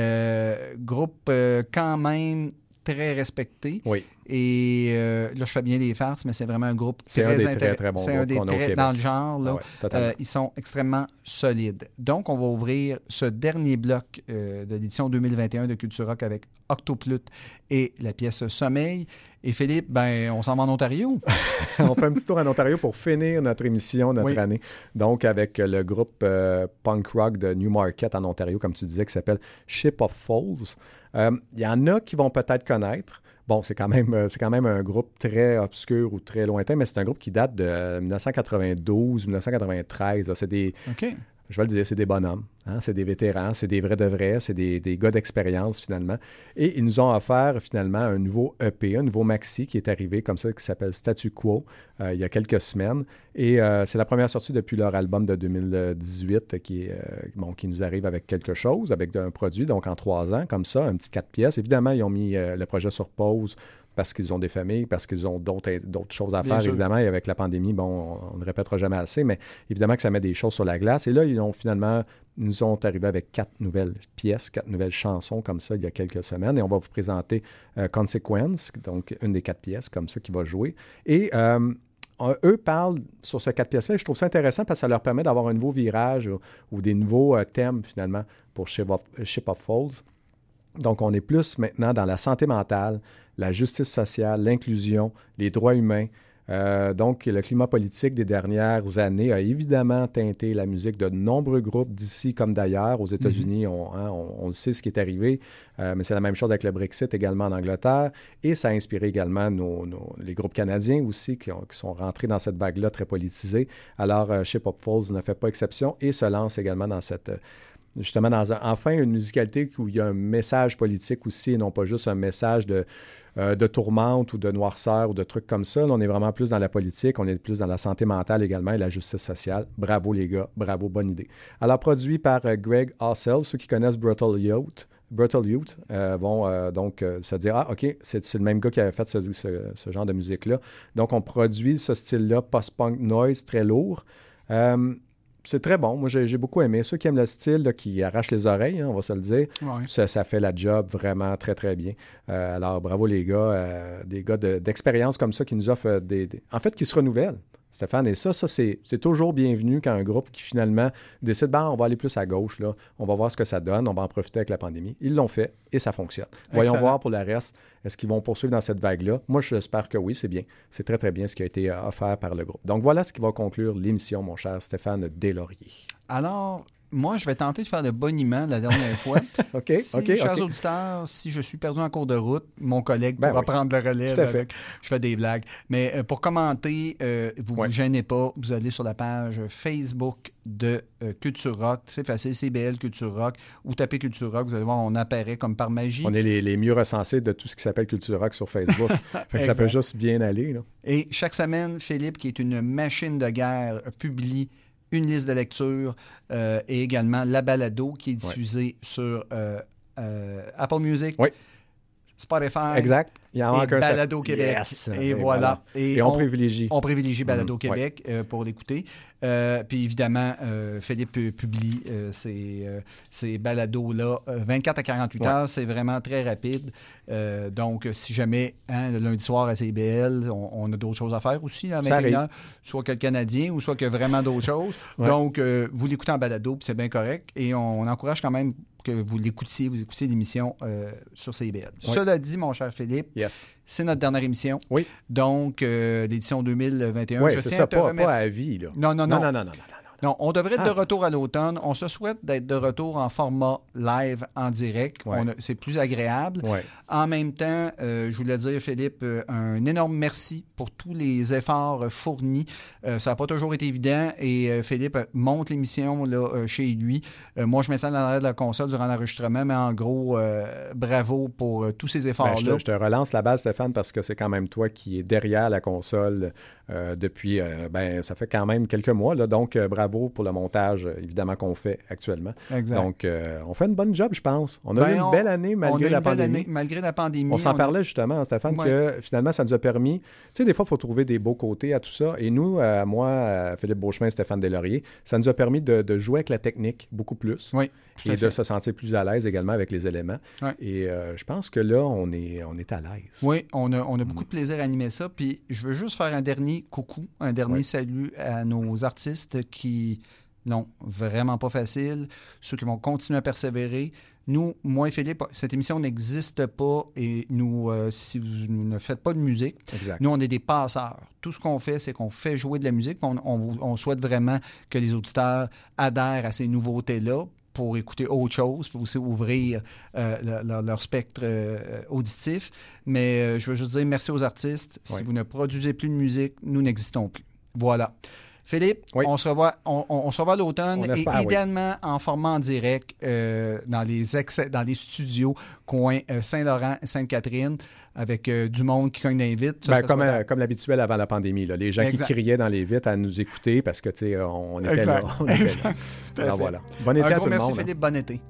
[SPEAKER 3] Euh, groupe euh, quand même très respecté.
[SPEAKER 2] Oui.
[SPEAKER 3] Et euh, là, je fais bien des farces, mais c'est vraiment un groupe
[SPEAKER 2] c'est
[SPEAKER 3] très
[SPEAKER 2] intéressant. C'est un des très, très bons
[SPEAKER 3] c'est un des très, dans le genre. Là,
[SPEAKER 2] ah ouais,
[SPEAKER 3] euh, ils sont extrêmement solides. Donc, on va ouvrir ce dernier bloc euh, de l'édition deux mille vingt et un de Culture Rock avec Octoplot et la pièce Sommeil. Et Philippe, ben, on s'en va en Ontario.
[SPEAKER 2] On fait un petit tour en Ontario pour finir notre émission, notre
[SPEAKER 3] oui.
[SPEAKER 2] année. Donc, avec le groupe euh, punk rock de Newmarket en Ontario, comme tu disais, qui s'appelle Ship of Falls. Il euh, y en a qui vont peut-être connaître. Bon, c'est quand même, c'est quand même un groupe très obscur ou très lointain, mais c'est un groupe qui date de dix-neuf cent quatre-vingt-douze dix-neuf cent quatre-vingt-treize. Là. C'est des...
[SPEAKER 3] OK.
[SPEAKER 2] je vais le dire, c'est des bonhommes. Hein? C'est des vétérans, c'est des vrais de vrais, c'est des, des gars d'expérience finalement. Et ils nous ont offert finalement un nouveau E P, un nouveau maxi qui est arrivé comme ça, qui s'appelle Statu Quo, euh, il y a quelques semaines. Et euh, c'est la première sortie depuis leur album de deux mille dix-huit qui, est, euh, bon, qui nous arrive avec quelque chose, avec un produit, donc en trois ans, comme ça, un petit quatre pièces. Évidemment, ils ont mis euh, le projet sur pause parce qu'ils ont des familles, parce qu'ils ont d'autres, d'autres choses à faire, évidemment. Et avec la pandémie, bon, on, on ne répétera jamais assez, mais évidemment que ça met des choses sur la glace. Et là, ils ont finalement, ils nous ont arrivé avec quatre nouvelles pièces, quatre nouvelles chansons comme ça il y a quelques semaines. Et on va vous présenter euh, Consequence, donc une des quatre pièces comme ça qui va jouer. Et euh, eux parlent sur ces quatre pièces-là. Je trouve ça intéressant parce que ça leur permet d'avoir un nouveau virage ou, ou des nouveaux euh, thèmes, finalement, pour Ship of, Ship of Falls. Donc, on est plus maintenant dans la santé mentale, la justice sociale, l'inclusion, les droits humains. Euh, donc, le climat politique des dernières années a évidemment teinté la musique de nombreux groupes d'ici comme d'ailleurs. Aux États-Unis, mm-hmm. on, hein, on, on sait ce qui est arrivé, euh, mais c'est la même chose avec le Brexit également en Angleterre. Et ça a inspiré également nos, nos, les groupes canadiens aussi qui, ont, qui sont rentrés dans cette vague-là très politisée. Alors, euh, Ship of Falls ne fait pas exception et se lance également dans cette... justement, dans un, enfin, une musicalité où il y a un message politique aussi, et non pas juste un message de, euh, de tourmente ou de noirceur ou de trucs comme ça. Là, on est vraiment plus dans la politique, on est plus dans la santé mentale également et la justice sociale. Bravo les gars, bravo, bonne idée. Alors, produit par euh, Greg Hossel, ceux qui connaissent Brutal Youth, Brutal Youth euh, vont euh, donc euh, se dire « Ah, OK, c'est, c'est le même gars qui avait fait ce, ce, ce genre de musique-là. » Donc, on produit ce style-là, post-punk noise, très lourd. Euh, C'est très bon. Moi, j'ai, j'ai beaucoup aimé. Ceux qui aiment le style, là, qui arrachent les oreilles, hein, on va se le dire,
[SPEAKER 3] ouais.
[SPEAKER 2] ça, ça fait la job vraiment très, très bien. Euh, alors, bravo les gars. Euh, des gars de, d'expérience comme ça qui nous offrent des, des... En fait, qui se renouvellent. Stéphane, et ça, ça c'est, c'est toujours bienvenu quand un groupe qui finalement décide, ben, on va aller plus à gauche, là, on va voir ce que ça donne, on va en profiter avec la pandémie. Ils l'ont fait et ça fonctionne. Voyons
[SPEAKER 3] Excellent.
[SPEAKER 2] voir pour le reste, est-ce qu'ils vont poursuivre dans cette vague-là? Moi, j'espère que oui, c'est bien. C'est très, très bien ce qui a été offert par le groupe. Donc voilà ce qui va conclure l'émission, mon cher Stéphane Deslauriers.
[SPEAKER 3] Alors, moi, je vais tenter de faire le boniment la dernière fois.
[SPEAKER 2] OK,
[SPEAKER 3] si,
[SPEAKER 2] OK,
[SPEAKER 3] chers
[SPEAKER 2] OK.
[SPEAKER 3] auditeurs, si je suis perdu en cours de route, mon collègue
[SPEAKER 2] Ben
[SPEAKER 3] pourra
[SPEAKER 2] oui.
[SPEAKER 3] prendre le relais.
[SPEAKER 2] Tout à fait.
[SPEAKER 3] Avec, je fais des blagues. Mais euh, pour commenter, euh, vous ne
[SPEAKER 2] Ouais.
[SPEAKER 3] vous gênez pas. Vous allez sur la page Facebook de euh, Culture Rock. C'est facile, C B L Culture Rock. Ou tapez Culture Rock, vous allez voir, on apparaît comme par magie.
[SPEAKER 2] On est les, les mieux recensés de tout ce qui s'appelle Culture Rock sur Facebook. Fait que ça peut juste bien aller, là.
[SPEAKER 3] Et chaque semaine, Philippe, qui est une machine de guerre, publie une liste de lecture euh, et également la balado qui est diffusée ouais. sur euh, euh, Apple Music,
[SPEAKER 2] oui.
[SPEAKER 3] Spotify,
[SPEAKER 2] exact. Il y a
[SPEAKER 3] et
[SPEAKER 2] encore
[SPEAKER 3] Balado Québec.
[SPEAKER 2] Yes.
[SPEAKER 3] Et,
[SPEAKER 2] et
[SPEAKER 3] voilà.
[SPEAKER 2] voilà. Et, et on, on privilégie.
[SPEAKER 3] On privilégie Balado mmh, Québec
[SPEAKER 2] ouais.
[SPEAKER 3] euh, pour l'écouter. Euh, puis évidemment, euh, Philippe publie euh, ces, euh, ces balados-là euh, vingt-quatre à quarante-huit ouais. heures. C'est vraiment très rapide. Euh, donc, si jamais, hein, le lundi soir à C B L, on, on a d'autres choses à faire aussi à vingt et une heures, soit que le Canadien ou soit que vraiment d'autres choses. Ouais. Donc, euh, vous l'écoutez en balado, puis c'est bien correct. Et on, on encourage quand même que vous l'écoutiez, vous écoutiez l'émission euh, sur C B L. Oui. Cela dit, mon cher Philippe,
[SPEAKER 2] yes.
[SPEAKER 3] c'est notre dernière émission.
[SPEAKER 2] Oui.
[SPEAKER 3] Donc, euh, l'édition deux mille vingt et un.
[SPEAKER 2] Oui,
[SPEAKER 3] je
[SPEAKER 2] c'est
[SPEAKER 3] tiens
[SPEAKER 2] ça,
[SPEAKER 3] à te
[SPEAKER 2] pas,
[SPEAKER 3] remercier.
[SPEAKER 2] pas à vie. Là.
[SPEAKER 3] Non, non,
[SPEAKER 2] non.
[SPEAKER 3] non.
[SPEAKER 2] Non, non, non, non, non.
[SPEAKER 3] Non, on devrait être
[SPEAKER 2] ah.
[SPEAKER 3] de retour à l'automne. On se souhaite d'être de retour en format live, en direct.
[SPEAKER 2] Ouais.
[SPEAKER 3] On a, c'est plus agréable.
[SPEAKER 2] Ouais.
[SPEAKER 3] En même temps, euh, je voulais dire, Philippe, euh, un énorme merci pour tous les efforts euh, fournis. Euh, ça n'a pas toujours été évident et euh, Philippe monte l'émission là, euh, chez lui. Euh, moi, je mets ça dans l'arrière de la console durant l'enregistrement, mais en gros, euh, bravo pour euh, tous ces efforts-là.
[SPEAKER 2] Ben, je, te, je te relance la base, Stéphane, parce que c'est quand même toi qui es derrière la console euh, depuis, euh, ben, ça fait quand même quelques mois. Là, donc, euh, bravo pour le montage, évidemment, qu'on fait actuellement.
[SPEAKER 3] Exact.
[SPEAKER 2] Donc, euh, on fait une bonne job, je pense. On a
[SPEAKER 3] ben
[SPEAKER 2] eu une
[SPEAKER 3] on,
[SPEAKER 2] belle année malgré
[SPEAKER 3] on a une
[SPEAKER 2] la
[SPEAKER 3] belle
[SPEAKER 2] pandémie.
[SPEAKER 3] Année, malgré la pandémie.
[SPEAKER 2] On s'en
[SPEAKER 3] on
[SPEAKER 2] parlait
[SPEAKER 3] a...
[SPEAKER 2] justement, Stéphane,
[SPEAKER 3] ouais.
[SPEAKER 2] que finalement, ça nous a permis... Tu sais, des fois, il faut trouver des beaux côtés à tout ça. Et nous, euh, moi, euh, Philippe Beauchemin, Stéphane Deslauriers, ça nous a permis de, de jouer avec la technique beaucoup plus.
[SPEAKER 3] Oui.
[SPEAKER 2] Et de se sentir plus à l'aise également avec les éléments.
[SPEAKER 3] Ouais.
[SPEAKER 2] Et euh, je pense que là, on est, on est à l'aise.
[SPEAKER 3] Oui, on a, on a beaucoup de plaisir à animer ça. Puis je veux juste faire un dernier coucou, un dernier ouais. salut à nos artistes qui l'ont vraiment pas facile, ceux qui vont continuer à persévérer. Nous, moi et Philippe, cette émission n'existe pas et nous, euh, si vous ne faites pas de musique,
[SPEAKER 2] exact.
[SPEAKER 3] Nous, on est des passeurs. Tout ce qu'on fait, c'est qu'on fait jouer de la musique. On, on, on souhaite vraiment que les auditeurs adhèrent à ces nouveautés-là pour écouter autre chose, pour aussi ouvrir euh, leur, leur spectre euh, auditif. Mais euh, je veux juste dire merci aux artistes. Si
[SPEAKER 2] oui.
[SPEAKER 3] vous ne produisez plus de musique, nous n'existons plus. Voilà. Philippe,
[SPEAKER 2] Oui.
[SPEAKER 3] on, se revoit, on, on- on se revoit à l'automne
[SPEAKER 2] On
[SPEAKER 3] et
[SPEAKER 2] espère, oui.
[SPEAKER 3] idéalement en format en direct euh, dans, les ex- dans les studios coin euh, Saint-Laurent, Sainte-Catherine, avec euh, du monde qui cogne dans les vitres. Ça,
[SPEAKER 2] Ben,
[SPEAKER 3] ça
[SPEAKER 2] comme,
[SPEAKER 3] serait
[SPEAKER 2] euh, comme l'habituel avant la pandémie, là. Les gens
[SPEAKER 3] Exact.
[SPEAKER 2] qui criaient dans les vitres à nous écouter parce que, tu sais, on était
[SPEAKER 3] Exact.
[SPEAKER 2] là. On était
[SPEAKER 3] Exact.
[SPEAKER 2] là.
[SPEAKER 3] Tout à
[SPEAKER 2] Alors
[SPEAKER 3] fait.
[SPEAKER 2] voilà. Bon été
[SPEAKER 3] Un
[SPEAKER 2] à
[SPEAKER 3] gros
[SPEAKER 2] tout le
[SPEAKER 3] merci,
[SPEAKER 2] monde. hein.
[SPEAKER 3] Philippe. Bon été.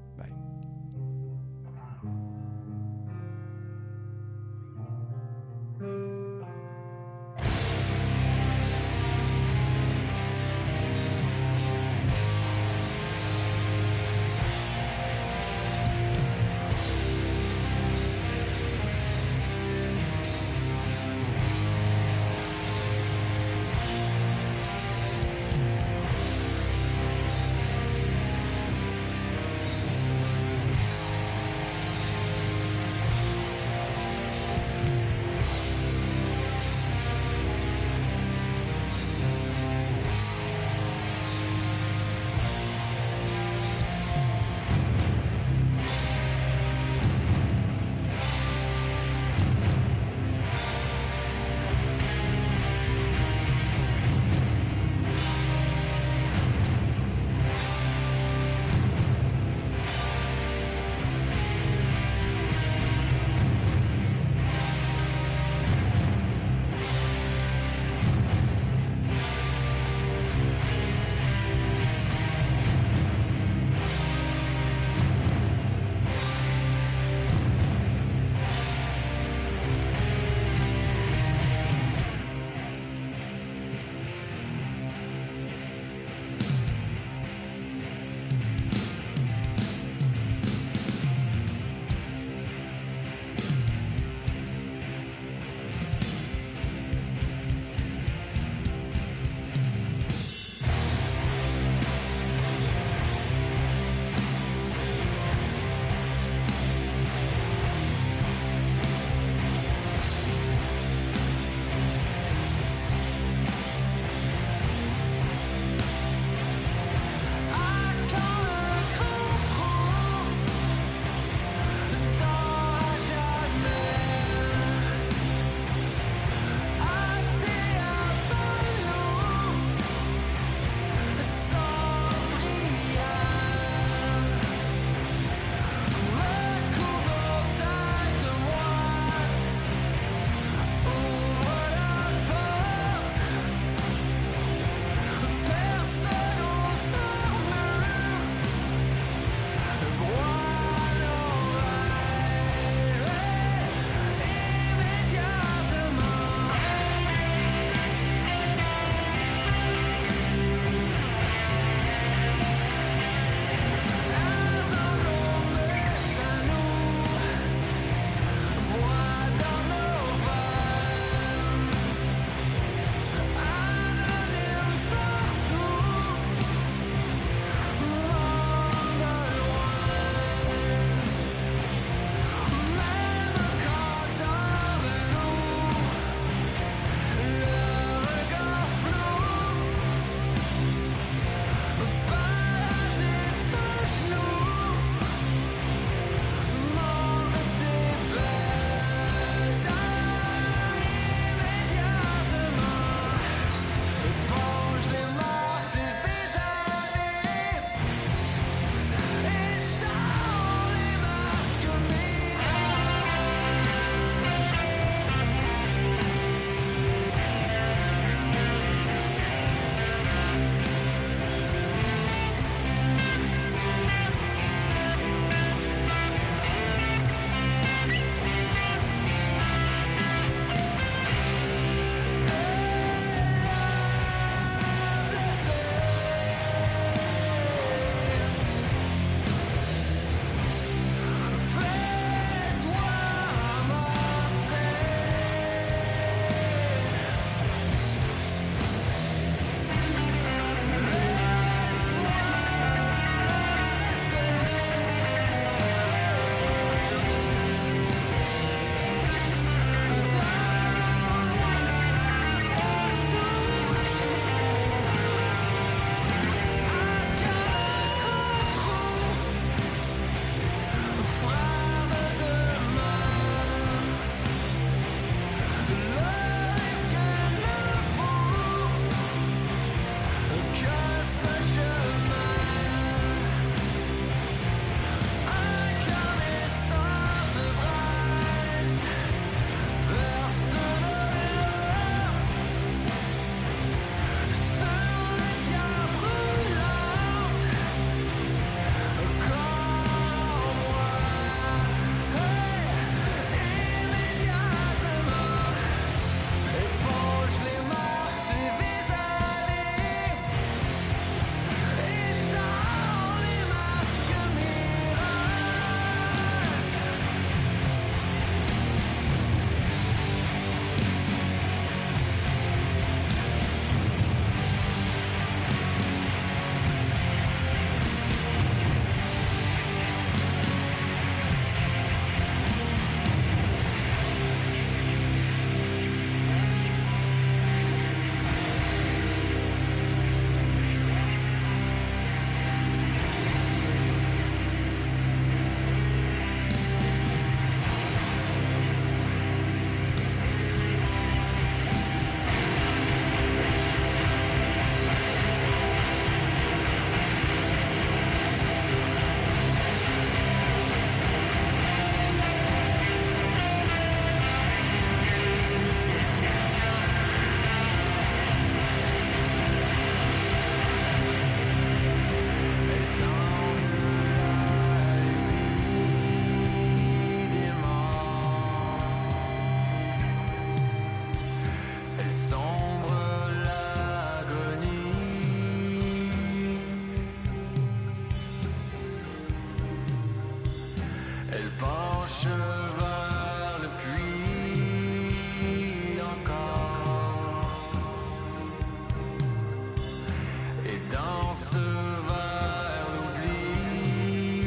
[SPEAKER 5] Elle penche vers le puits encore et danse vers l'oubli.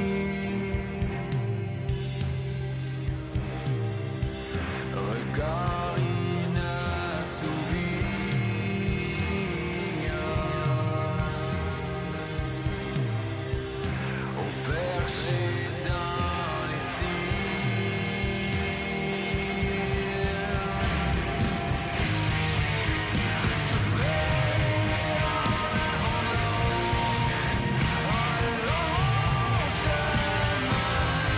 [SPEAKER 5] Regard inassouvi, au perché dans les cires, se frayer en abandon, un long chemin,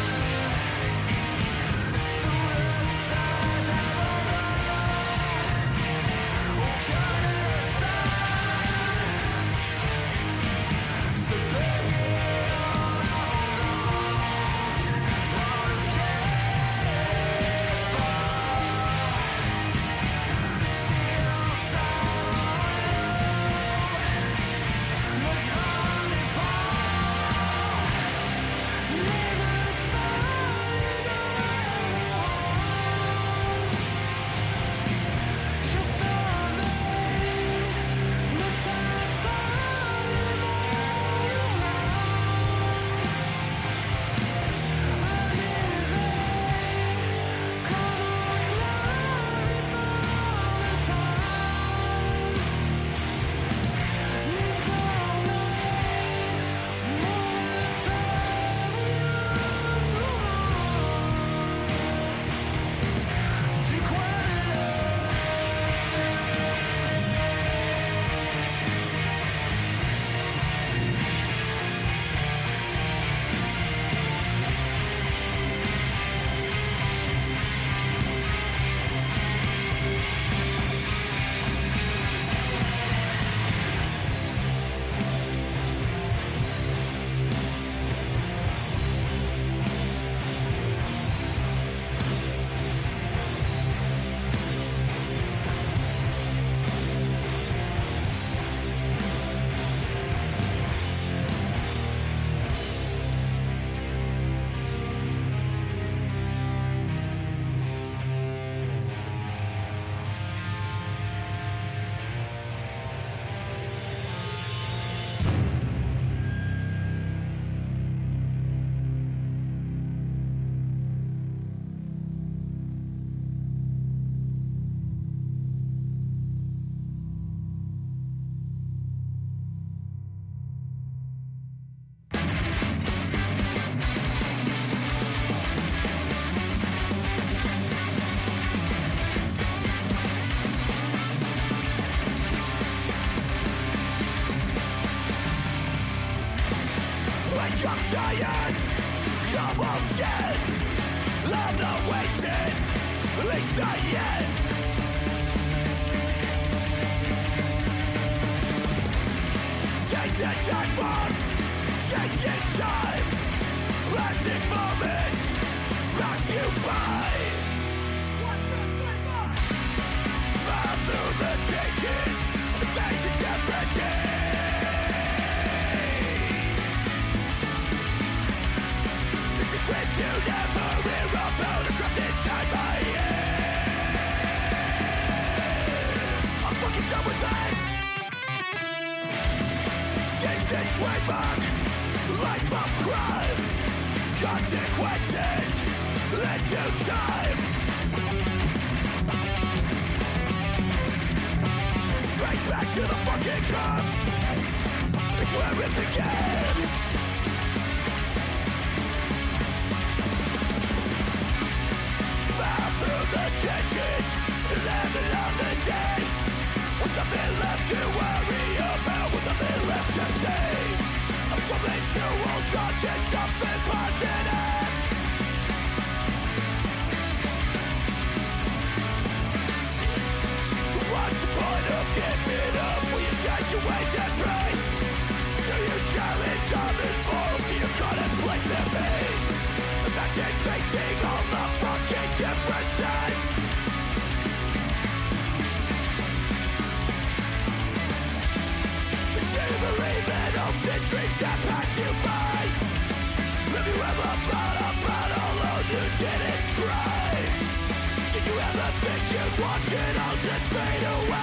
[SPEAKER 5] sous le sage abandon, aucun instinct, se baigner en abondance dans le fier pas, silence avant le grand départ, les deux seuls je savais ne t'aime pas du coin de Wake up, tired, come home dead. I'm not wasted, at least not yet. Take the time for changing time. Plastic moments pass you by. Smile through the changes, face a different day. The secrets you never hear about are trapped inside my head. I'm fucking done with life. Distant trademark, life of crime. Consequences led to time. Straight back to the fucking curb. It's where it began. Smile through the changes, live another day. With nothing left to worry about, with nothing left to say. I'm something to hold on to, something positive. What's the point of giving up? Will you change your ways and pray? Do you challenge others' morals? Do you contemplate their pain? Imagine facing all the fucking differences. Do you believe in hopes and dreams that pass you by? Have you ever thought about free. Did you ever think you'd watch it all just fade away?